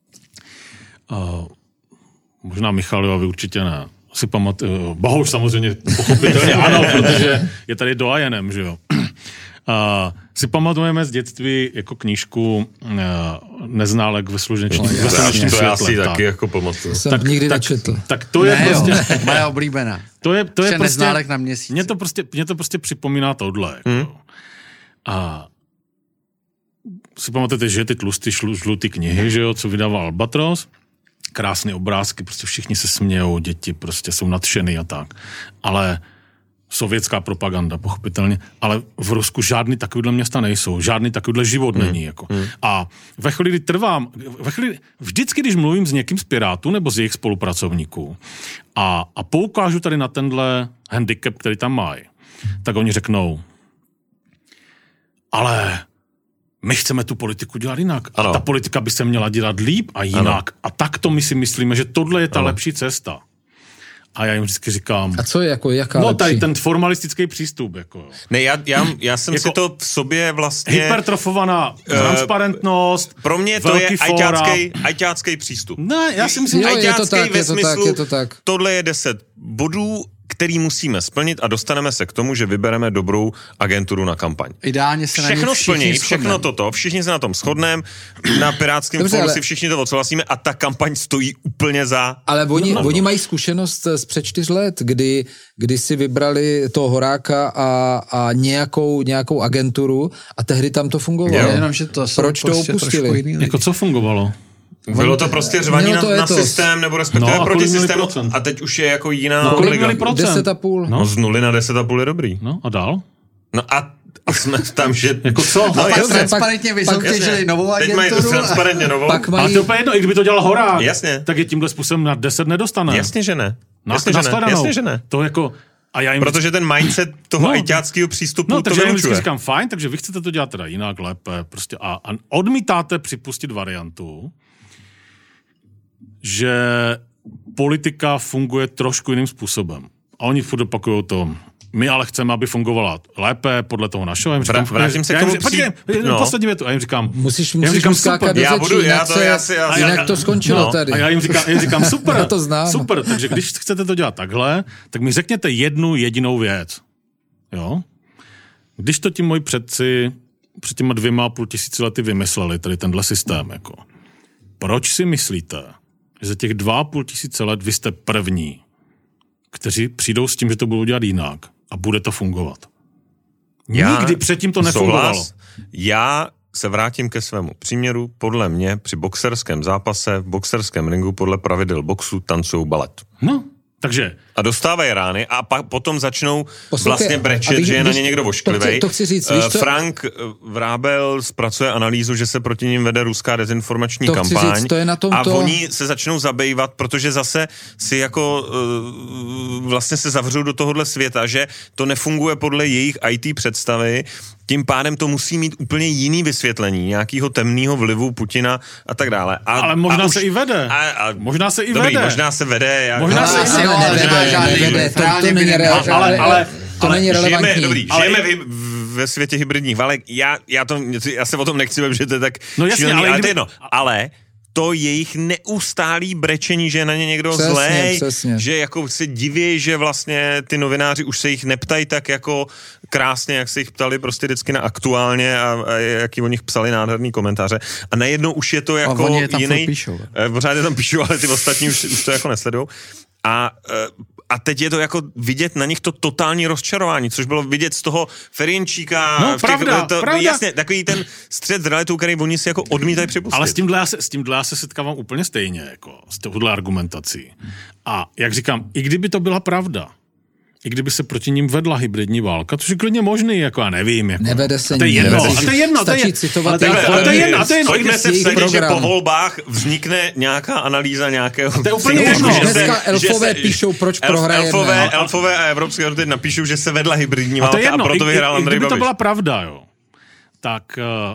Uh, možná Michal, a vy určitě ne. Si pamatuju, Bohuž samozřejmě pochopitelně ano, protože je tady doajenem, že jo. Uh, si pamatujeme z dětství jako knížku uh, Neználek ve sluneční, No, ve jasně. slunečním To já si světle. taky jako pamatuju. Jsem tak- nikdy tak- nečetl. Tak to je Ne, prostě... jo, moje oblíbená. To je, to je Ještě prostě... Neználek na měsíc. Mně to prostě, mně to prostě připomíná tohle. Jako. Hmm. A si pamatujete, že ty tlustý šlu, žlutý knihy, že jo, co vydával Albatros, krásné obrázky, prostě všichni se smějou, děti prostě jsou nadšený a tak. Ale sovětská propaganda, pochopitelně, ale v Rusku žádný takovýhle města nejsou, žádný takovýhle život hmm. není. Jako. Hmm. A ve chvíli, kdy trvám, ve chvíli, vždycky, když mluvím s někým z Pirátů nebo z jejich spolupracovníků a, a poukážu tady na tenhle handicap, který tam mají, tak oni řeknou, ale my chceme tu politiku dělat jinak. Ano. A ta politika by se měla dělat líp a jinak. Ano. A takto my si myslíme, že tohle je ta ano. lepší cesta. A já jim vždycky říkám, A co je jako, jaká no lepší? tady ten formalistický přístup, jako jo. Ne, já, já, já jsem Jako si to v sobě vlastně... Hypertrofovaná transparentnost, Pro mě to velký je fóra. ajťácký, ajťácký přístup. Ne, já si myslím, Jo, že je to Ajťácký tak, ve je to tak, smyslu, je to tak. tohle je deset bodů, který musíme splnit a dostaneme se k tomu, že vybereme dobrou agenturu na kampaň. Ideálně se všechno na všichni splní, shodneme. všechno toto, všichni se na tom shodneme, na Pirátském Dobře, fóru ale... si všichni to odsouhlasíme a ta kampaň stojí úplně za... Ale oni, oni mají zkušenost z před čtyř let, kdy, kdy si vybrali toho Horáka a, a nějakou, nějakou agenturu a tehdy tam to fungovalo. Jo. Jenom, že to jsou Proč to prostě opustili? trošku jiný. Jako co fungovalo? Bylo to prostě řvaní na, to na etos. systém, nebo respektive No, a proti kolik měli systému procent? a teď už je jako jiná No, kolik liga. měli procent? Deset a půl. No z nuly na deset a půl je dobrý. No a dál? No a, a jsme tam, že... Jako co? No, Pak jasně. transparentně vysoutěžili novou Teď mají agenturu. transparentně novou. Pak Ale mají... to je úplně jedno, i kdyby to dělal Horák, Jasně. tak je tímhle způsobem na deset nedostane. Jasně, že ne. Na, Jasně, že ne. Jasně, že ne. To jako... A já jim Protože ten mindset toho No. ajťáckého přístupu No, to takže já jim vždycky vylučuje. říkám, fajn, takže vy chcete to dělat teda jinak, lépe, prostě a, a odmítáte připustit variantu, že politika funguje trošku jiným způsobem. A oni furt opakujou to, my ale chceme, aby fungovala lépe podle toho našeho. Já jim říkám, Vrátím se já k jim, tomu počkej, pří- no. no. poslední větu. A jim říkám, Musíš, já jim musíš říkám, skákat super. do Já řečí, budu- já jinak, to- se, já si- já si- jinak to skončilo no, tady. A já jim říkám, já jim říkám super, Já to znám. super, takže když chcete to dělat takhle, tak mi řekněte jednu jedinou věc. Jo? Když to ti moji předci před těma dvěma a půl tisíci lety vymysleli, tady tenhle systém, jako, proč si myslíte, že za těch dva a půl tisíce let vy jste první, kteří přijdou s tím, že to budou dělat jinak a bude to fungovat? Já Nikdy předtím to nefungovalo. souhlas. Já se vrátím ke svému příměru. Podle mě při boxerském zápase, v boxerském ringu podle pravidel boxu tancují balet. No, takže A dostávají rány a pak potom začnou Poslouchej, vlastně a brečet, víš- že je na víš- ně někdo to ošklivej. chci- to chci říct, Eh, víš co- Frank Vrábel zpracuje analýzu, že se proti ním vede ruská dezinformační To chci kampaň říct, to je na tom a to- oni se začnou zabývat, protože zase si jako eh, vlastně se zavřou do tohohle světa, že to nefunguje podle jejich í té představy, tím pádem to musí mít úplně jiný vysvětlení, nějakého temného vlivu Putina a tak dále. A, Ale možná a už, se i vede. A, a, Možná se i dobrý, vede. možná se vede. Já, Možná se asi i jo, vede. ale nevede, žádný nevede, to- to reálně by není neměl. reálné. Ale, ale, To ale není relevantní. Žijeme, dobrý, Ale- žijeme v, v, ve světě hybridních válek. Já, já, to, já se o tom nechci bavit, že to je tak No jasně, šílený, ale ale kdyby- to je jedno. Ale to jejich neustálý brečení, že je na ně někdo Přesně, zlej, přesně. že jako se diví, že vlastně ty novináři už se jich neptají tak jako krásně, jak se jich ptali prostě vždycky na aktuálně a, a jaký o nich psali nádherný komentáře. A najednou už je to jako oni je tam jiný... furt píšou. Eh, Pořád je tam píšou, ale ty ostatní už, už to jako nesledujou. A, eh, a teď je to jako vidět na nich to totální rozčarování, což bylo vidět z toho Ferjenčíka. No, v těch, pravda, to, pravda. Jasně, takový ten střed s realitou, který oni si jako odmítají připustit. Ale s tímhle, já se, s tímhle já se setkávám úplně stejně, jako s touhle argumentací. A jak říkám, i kdyby to byla pravda, i kdyby se proti ním vedla hybridní válka, což je klidně možný, jako já nevím. Jako, Nevede se a to je nic. jedno, Nevede a se. to je jedno, to je, Stačí citovat ale to je, jejich ale to je volební- jedno, a to je jedno. Pojďme se jejich vsadit, že program. po volbách vznikne nějaká analýza nějakého... To je úplně Že jedno. se- Dneska že elfové se- píšou, proč elf- prohrajeme. Elfové, No. elfové a evropské hodnoty napíšou, že se vedla hybridní A to válka je a jedno, proto i, vyhrál i, i Andrej kdyby to Babiš. byla pravda, jo, tak uh,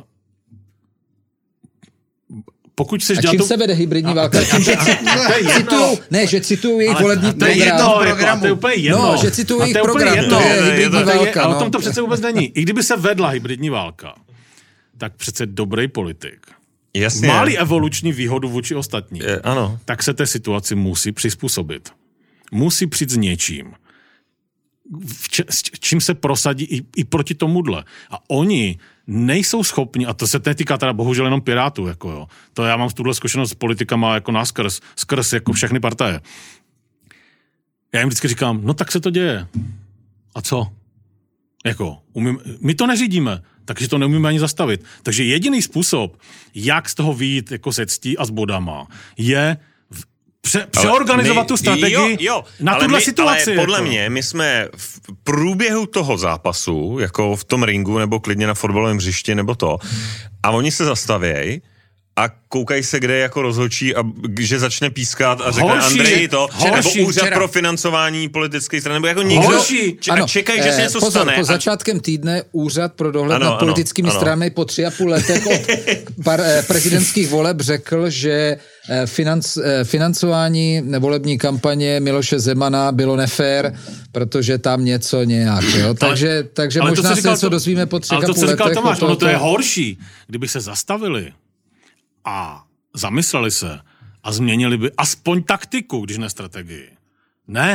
pokud chceš A dělat čím to... se vede hybridní válka? Tím, že To je jedno. citujou, ne, že citují jejich volební to je program. jedno, jako, a to je úplně jedno. No, že citují A jejich to je úplně program, jedno. to je Ne, ne, hybridní je to- válka. Ale o no. tom to přece vůbec není. I kdyby se vedla hybridní válka, tak přece dobrý politik Jasně. má-li evoluční výhodu vůči ostatním, Je, ano. tak se té situaci musí přizpůsobit. Musí přijít s něčím, v če- s čím se prosadí i, i proti tomuhle. A oni nejsou schopni, a to se netýká teda bohužel jenom Pirátů, jako jo. To já mám tuhle zkušenost s politikama jako náskrz, skrz jako všechny partaje. Já jim vždycky říkám, no tak se to děje. A co? Jako, umím, my to neřídíme, takže to neumíme ani zastavit. Takže jediný způsob, jak z toho vyjít jako se ctí a s bodama, je v- pře- přeorganizovat my- tu strategii jo, jo, na ale tuhle my, situaci. Ale podle jako. mě, my jsme v průběhu toho zápasu, jako v tom ringu, nebo klidně na fotbalovém hřišti, nebo to, a oni se zastavějí a koukají se, kde je jako rozhodčí a že začne pískat a řekne Horší, Andrej to, horší, nebo úřad včera. pro financování politické strany, nebo jako někdo Horší. č- a čekají, že se eh, něco pozor, stane. po a- začátkem týdne úřad pro dohled Ano, nad ano, politickými ano. stranami po tři a půl letech od par, eh, prezidentských voleb řekl, že eh, financ, eh, financování volební kampaně Miloše Zemana bylo nefér, protože tam něco nějak, jo. Takže, takže Ale to, možná co se říkal něco to- dozvíme po třech ale a to, půl co letech. říkal Tomáš, od ono to je tohoto- horší, kdyby se zastavili a zamysleli se a změnili by aspoň taktiku, když ne strategii. Ne,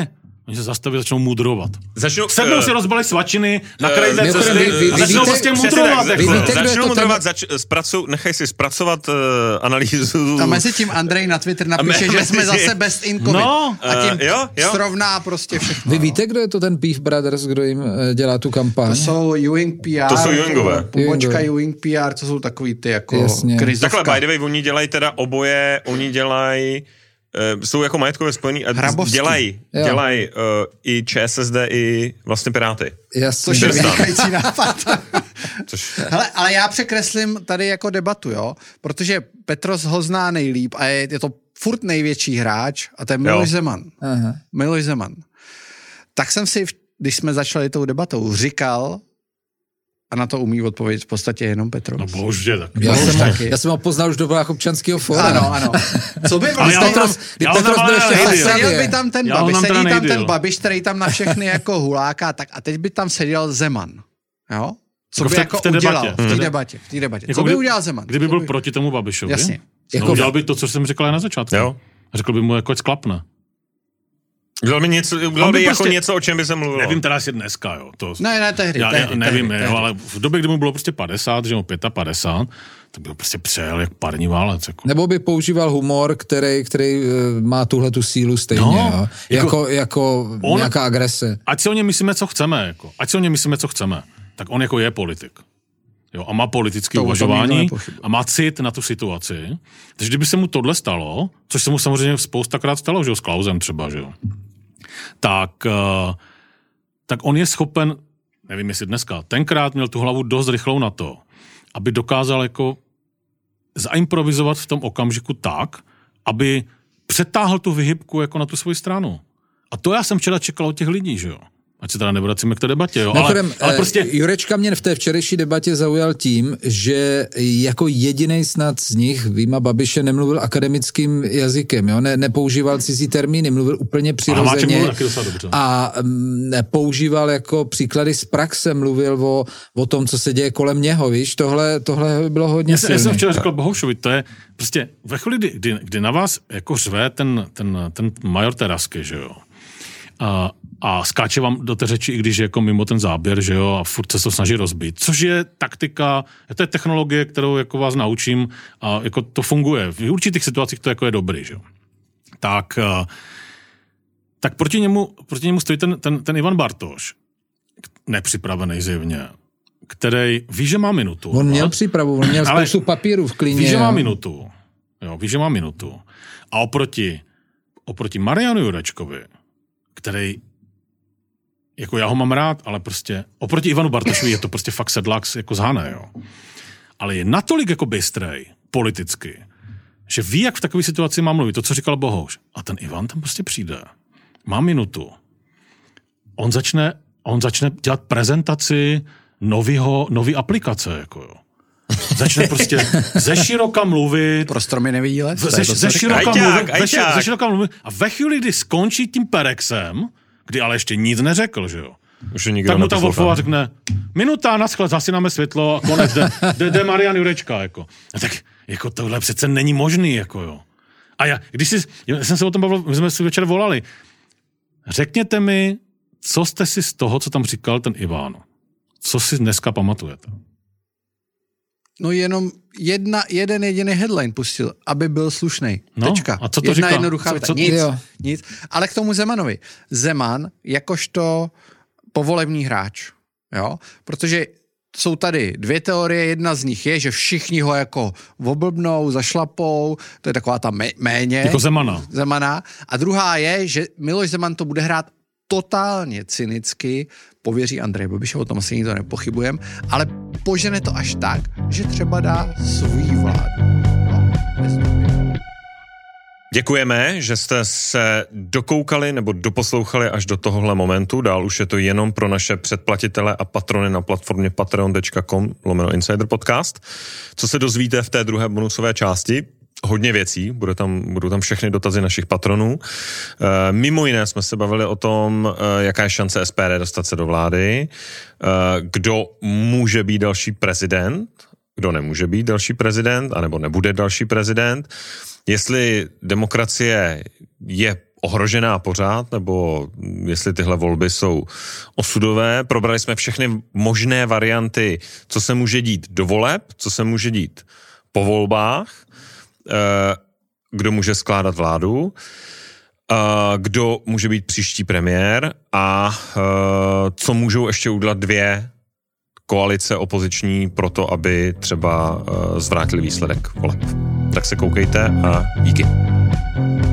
Oni se zastaví, začnou mudrovat. Začnou, Sednou uh, si rozbalí svačiny na uh, kraji té cesty vy- vy- a vy začnou víte- prostě přesně mudrovat. tak, Jako. Vy víte, kdo je začnou to mudrovat, ten- zač, zpracu, nechaj si zpracovat uh, analýzu. A mezi tím Andrej na Twitter napíše, A me- že jsme mezi- zase best in covid. No, a tím uh, jo, jo. srovná prostě všechno. Vy víte, kdo je to ten Beef Brothers, kdo jim eh, dělá tu kampaň? To jsou Ewing P R. To jsou Ewingové. Pobočka Ewingové. Ewing P R, to jsou takový ty jako Jasně. krizovka. Takhle, by the way, oni dělají teda oboje, oni dělají, uh, jsou jako majetkově spojený a Hrabovský. dělají, Jo. dělají uh, i ČSSD, i vlastně Piráty. Jasně. Což je Tristan. vynikající nápad. Což... Hele, ale já překreslím tady jako debatu, jo, protože Petros ho zná nejlíp a je, je to furt největší hráč a to je Miloš Jo. Zeman. Aha. Miloš Zeman. Tak jsem si, když jsme začali tou debatou, říkal, a na to umí odpovědět v podstatě jenom Petros. No bože, tak. Já Bohuž jsem, ho, taky. já jsem ho poznal už do vlách občanského fóra. Ano, ano. Co by Ale vlastně... já ho tam- Kdy já ho Petros tam byl ale ještě v nejdýl. Ostravě. Seděl by tam ten Já ho Babiš, tam teda sedí tam ten nejdýl. Babiš, který tam na všechny jako huláká, tak a teď by tam seděl Zeman. Jo? Co Jako v by té- jako v té udělal debatě. v té Hmm. debatě? V té debatě. Jako Co by kdy- udělal Zeman? Kdyby Co byl by... proti tomu Babišovi, Jasně. no, Jako- udělal by to, co jsem říkal na začátku. Jo. Řekl by mu, jako ať sklapne. Udělal by, něco, udělal On by by jako prostě- něco, o čem by se mluvilo. Nevím teda asi dneska, jo. To, Ne, ne, tehdy. já, tehdy já nevím, tehdy, jo, tehdy. ale v době, kdy mu bylo prostě padesát, že mu padesát pět, tak byl prostě přejel jak parní válec. Jako. Nebo by používal humor, který, který eh, má tuhle tu sílu stejně. No, jo? jako- Jako, jako On- nějaká agrese. Ať si o něm myslíme, co chceme, jako. Ať si o něm myslíme, co chceme, tak on jako je politik. Jo, a má politické To o tom nikdo uvažování nepochybuje. a má cit na tu situaci. Takže kdyby se mu tohle stalo, což se mu samozřejmě spoustakrát stalo, že jo, s Klausem třeba, že jo, tak, uh, tak on je schopen, nevím jestli dneska, tenkrát měl tu hlavu dost rychlou na to, aby dokázal jako zaimprovizovat v tom okamžiku tak, aby přetáhl tu vyhybku jako na tu svoji stranu. A to já jsem včera čekal od těch lidí, že jo. Ať se teda nevracíme k té debatě, jo. Ale, Mimochodem, ale eh, prostě... Jurečka mě v té včerejší debatě zaujal tím, že jako jedinej snad z nich, vyjma Babiše, nemluvil akademickým jazykem, jo? Ne, nepoužíval cizí termíny, mluvil úplně A Hamáček přirozeně mluvil taky docela dobře. a mm, používal jako příklady z praxe, mluvil o, o tom, co se děje kolem něho, víš, tohle, tohle bylo hodně Já jsem, já jsem silný. včera řekl Bohoušovi, to je prostě ve chvíli, kdy, kdy, kdy na vás jako řve ten, ten, ten major Terasky, že jo, a, a skáče vám do té řeči, i když je jako mimo ten záběr, že jo, a furt se to snaží rozbít, což je taktika, to je technologie, kterou jako vás naučím a jako to funguje. V určitých situacích to jako je dobrý, že jo. Tak, tak proti němu, proti němu stojí ten, ten, ten Ivan Bartoš, nepřipravený zjevně, který ví, že má minutu. On měl ale- přípravu, on měl Ale spoustu papírů v klíně. Ví, že má jo. minutu. Jo, ví, že má minutu. A oproti, oproti Marianu Jurečkovi, který, jako já ho mám rád, ale prostě, oproti Ivanu Bartošovi je to prostě fakt sedlák jako z Hané, jo. Ale je natolik jako bystrej, politicky, že ví, jak v takové situaci má mluvit, to, co říkal Bohouš. A ten Ivan tam prostě přijde. Má minutu. On začne, on začne dělat prezentaci novýho, nový aplikace, jako jo. Začne prostě ze široka mluvit, Pro stromy nevidí les? ze, To je to, co ze, říká. široka Ajťák, mluvit, ze, ši- ajťák. ze široka mluvit a ve chvíli, kdy skončí tím Perexem, kdy ale ještě nic neřekl, že jo, Už je nikdo tak mu ta neposlouchá. Wolfová řekne, minuta, naschle, zasínáme světlo a konec, jde, jde, jde Marian Jurečka, jako. A tak, jako tohle přece není možný, jako jo. A já, když si, já jsem se o tom bavil, my jsme si večer volali, řekněte mi, co jste si z toho, co tam říkal ten Iván, co si dneska pamatujete? No jenom jedna, jeden jediný headline pustil, aby byl slušnej. No, Tečka. a co to Jedna říká? jednoduchá Co- věta. co- Nic, Jo. nic. Ale k tomu Zemanovi. Zeman jakožto povolební hráč. Jo? Protože jsou tady dvě teorie, jedna z nich je, že všichni ho jako oblbnou, zašlapou, to je taková ta mé- méně. Jako Zemana. Zemana. A druhá je, že Miloš Zeman to bude hrát totálně cynicky, pověří Andrej Babiše, o tom asi nikdo nepochybujem, ale požene to až tak, že třeba dá svůj vládu. No, bez toho. Děkujeme, že jste se dokoukali nebo doposlouchali až do tohohle momentu. Dál už je to jenom pro naše předplatitele a patrony na platformě patreon tečka com lomeno Insider Podcast. Co se dozvíte v té druhé bonusové části? Hodně věcí, budou tam, budou tam všechny dotazy našich patronů. E, mimo jiné jsme se bavili o tom, e, jaká je šance S P D dostat se do vlády, e, kdo může být další prezident, kdo nemůže být další prezident, anebo nebude další prezident, jestli demokracie je ohrožená pořád, nebo jestli tyhle volby jsou osudové. Probrali jsme všechny možné varianty, co se může dít do voleb, co se může dít po volbách, kdo může skládat vládu, kdo může být příští premiér a co můžou ještě udělat dvě koalice opoziční pro to, aby třeba zvrátili výsledek voleb. Tak se koukejte a díky.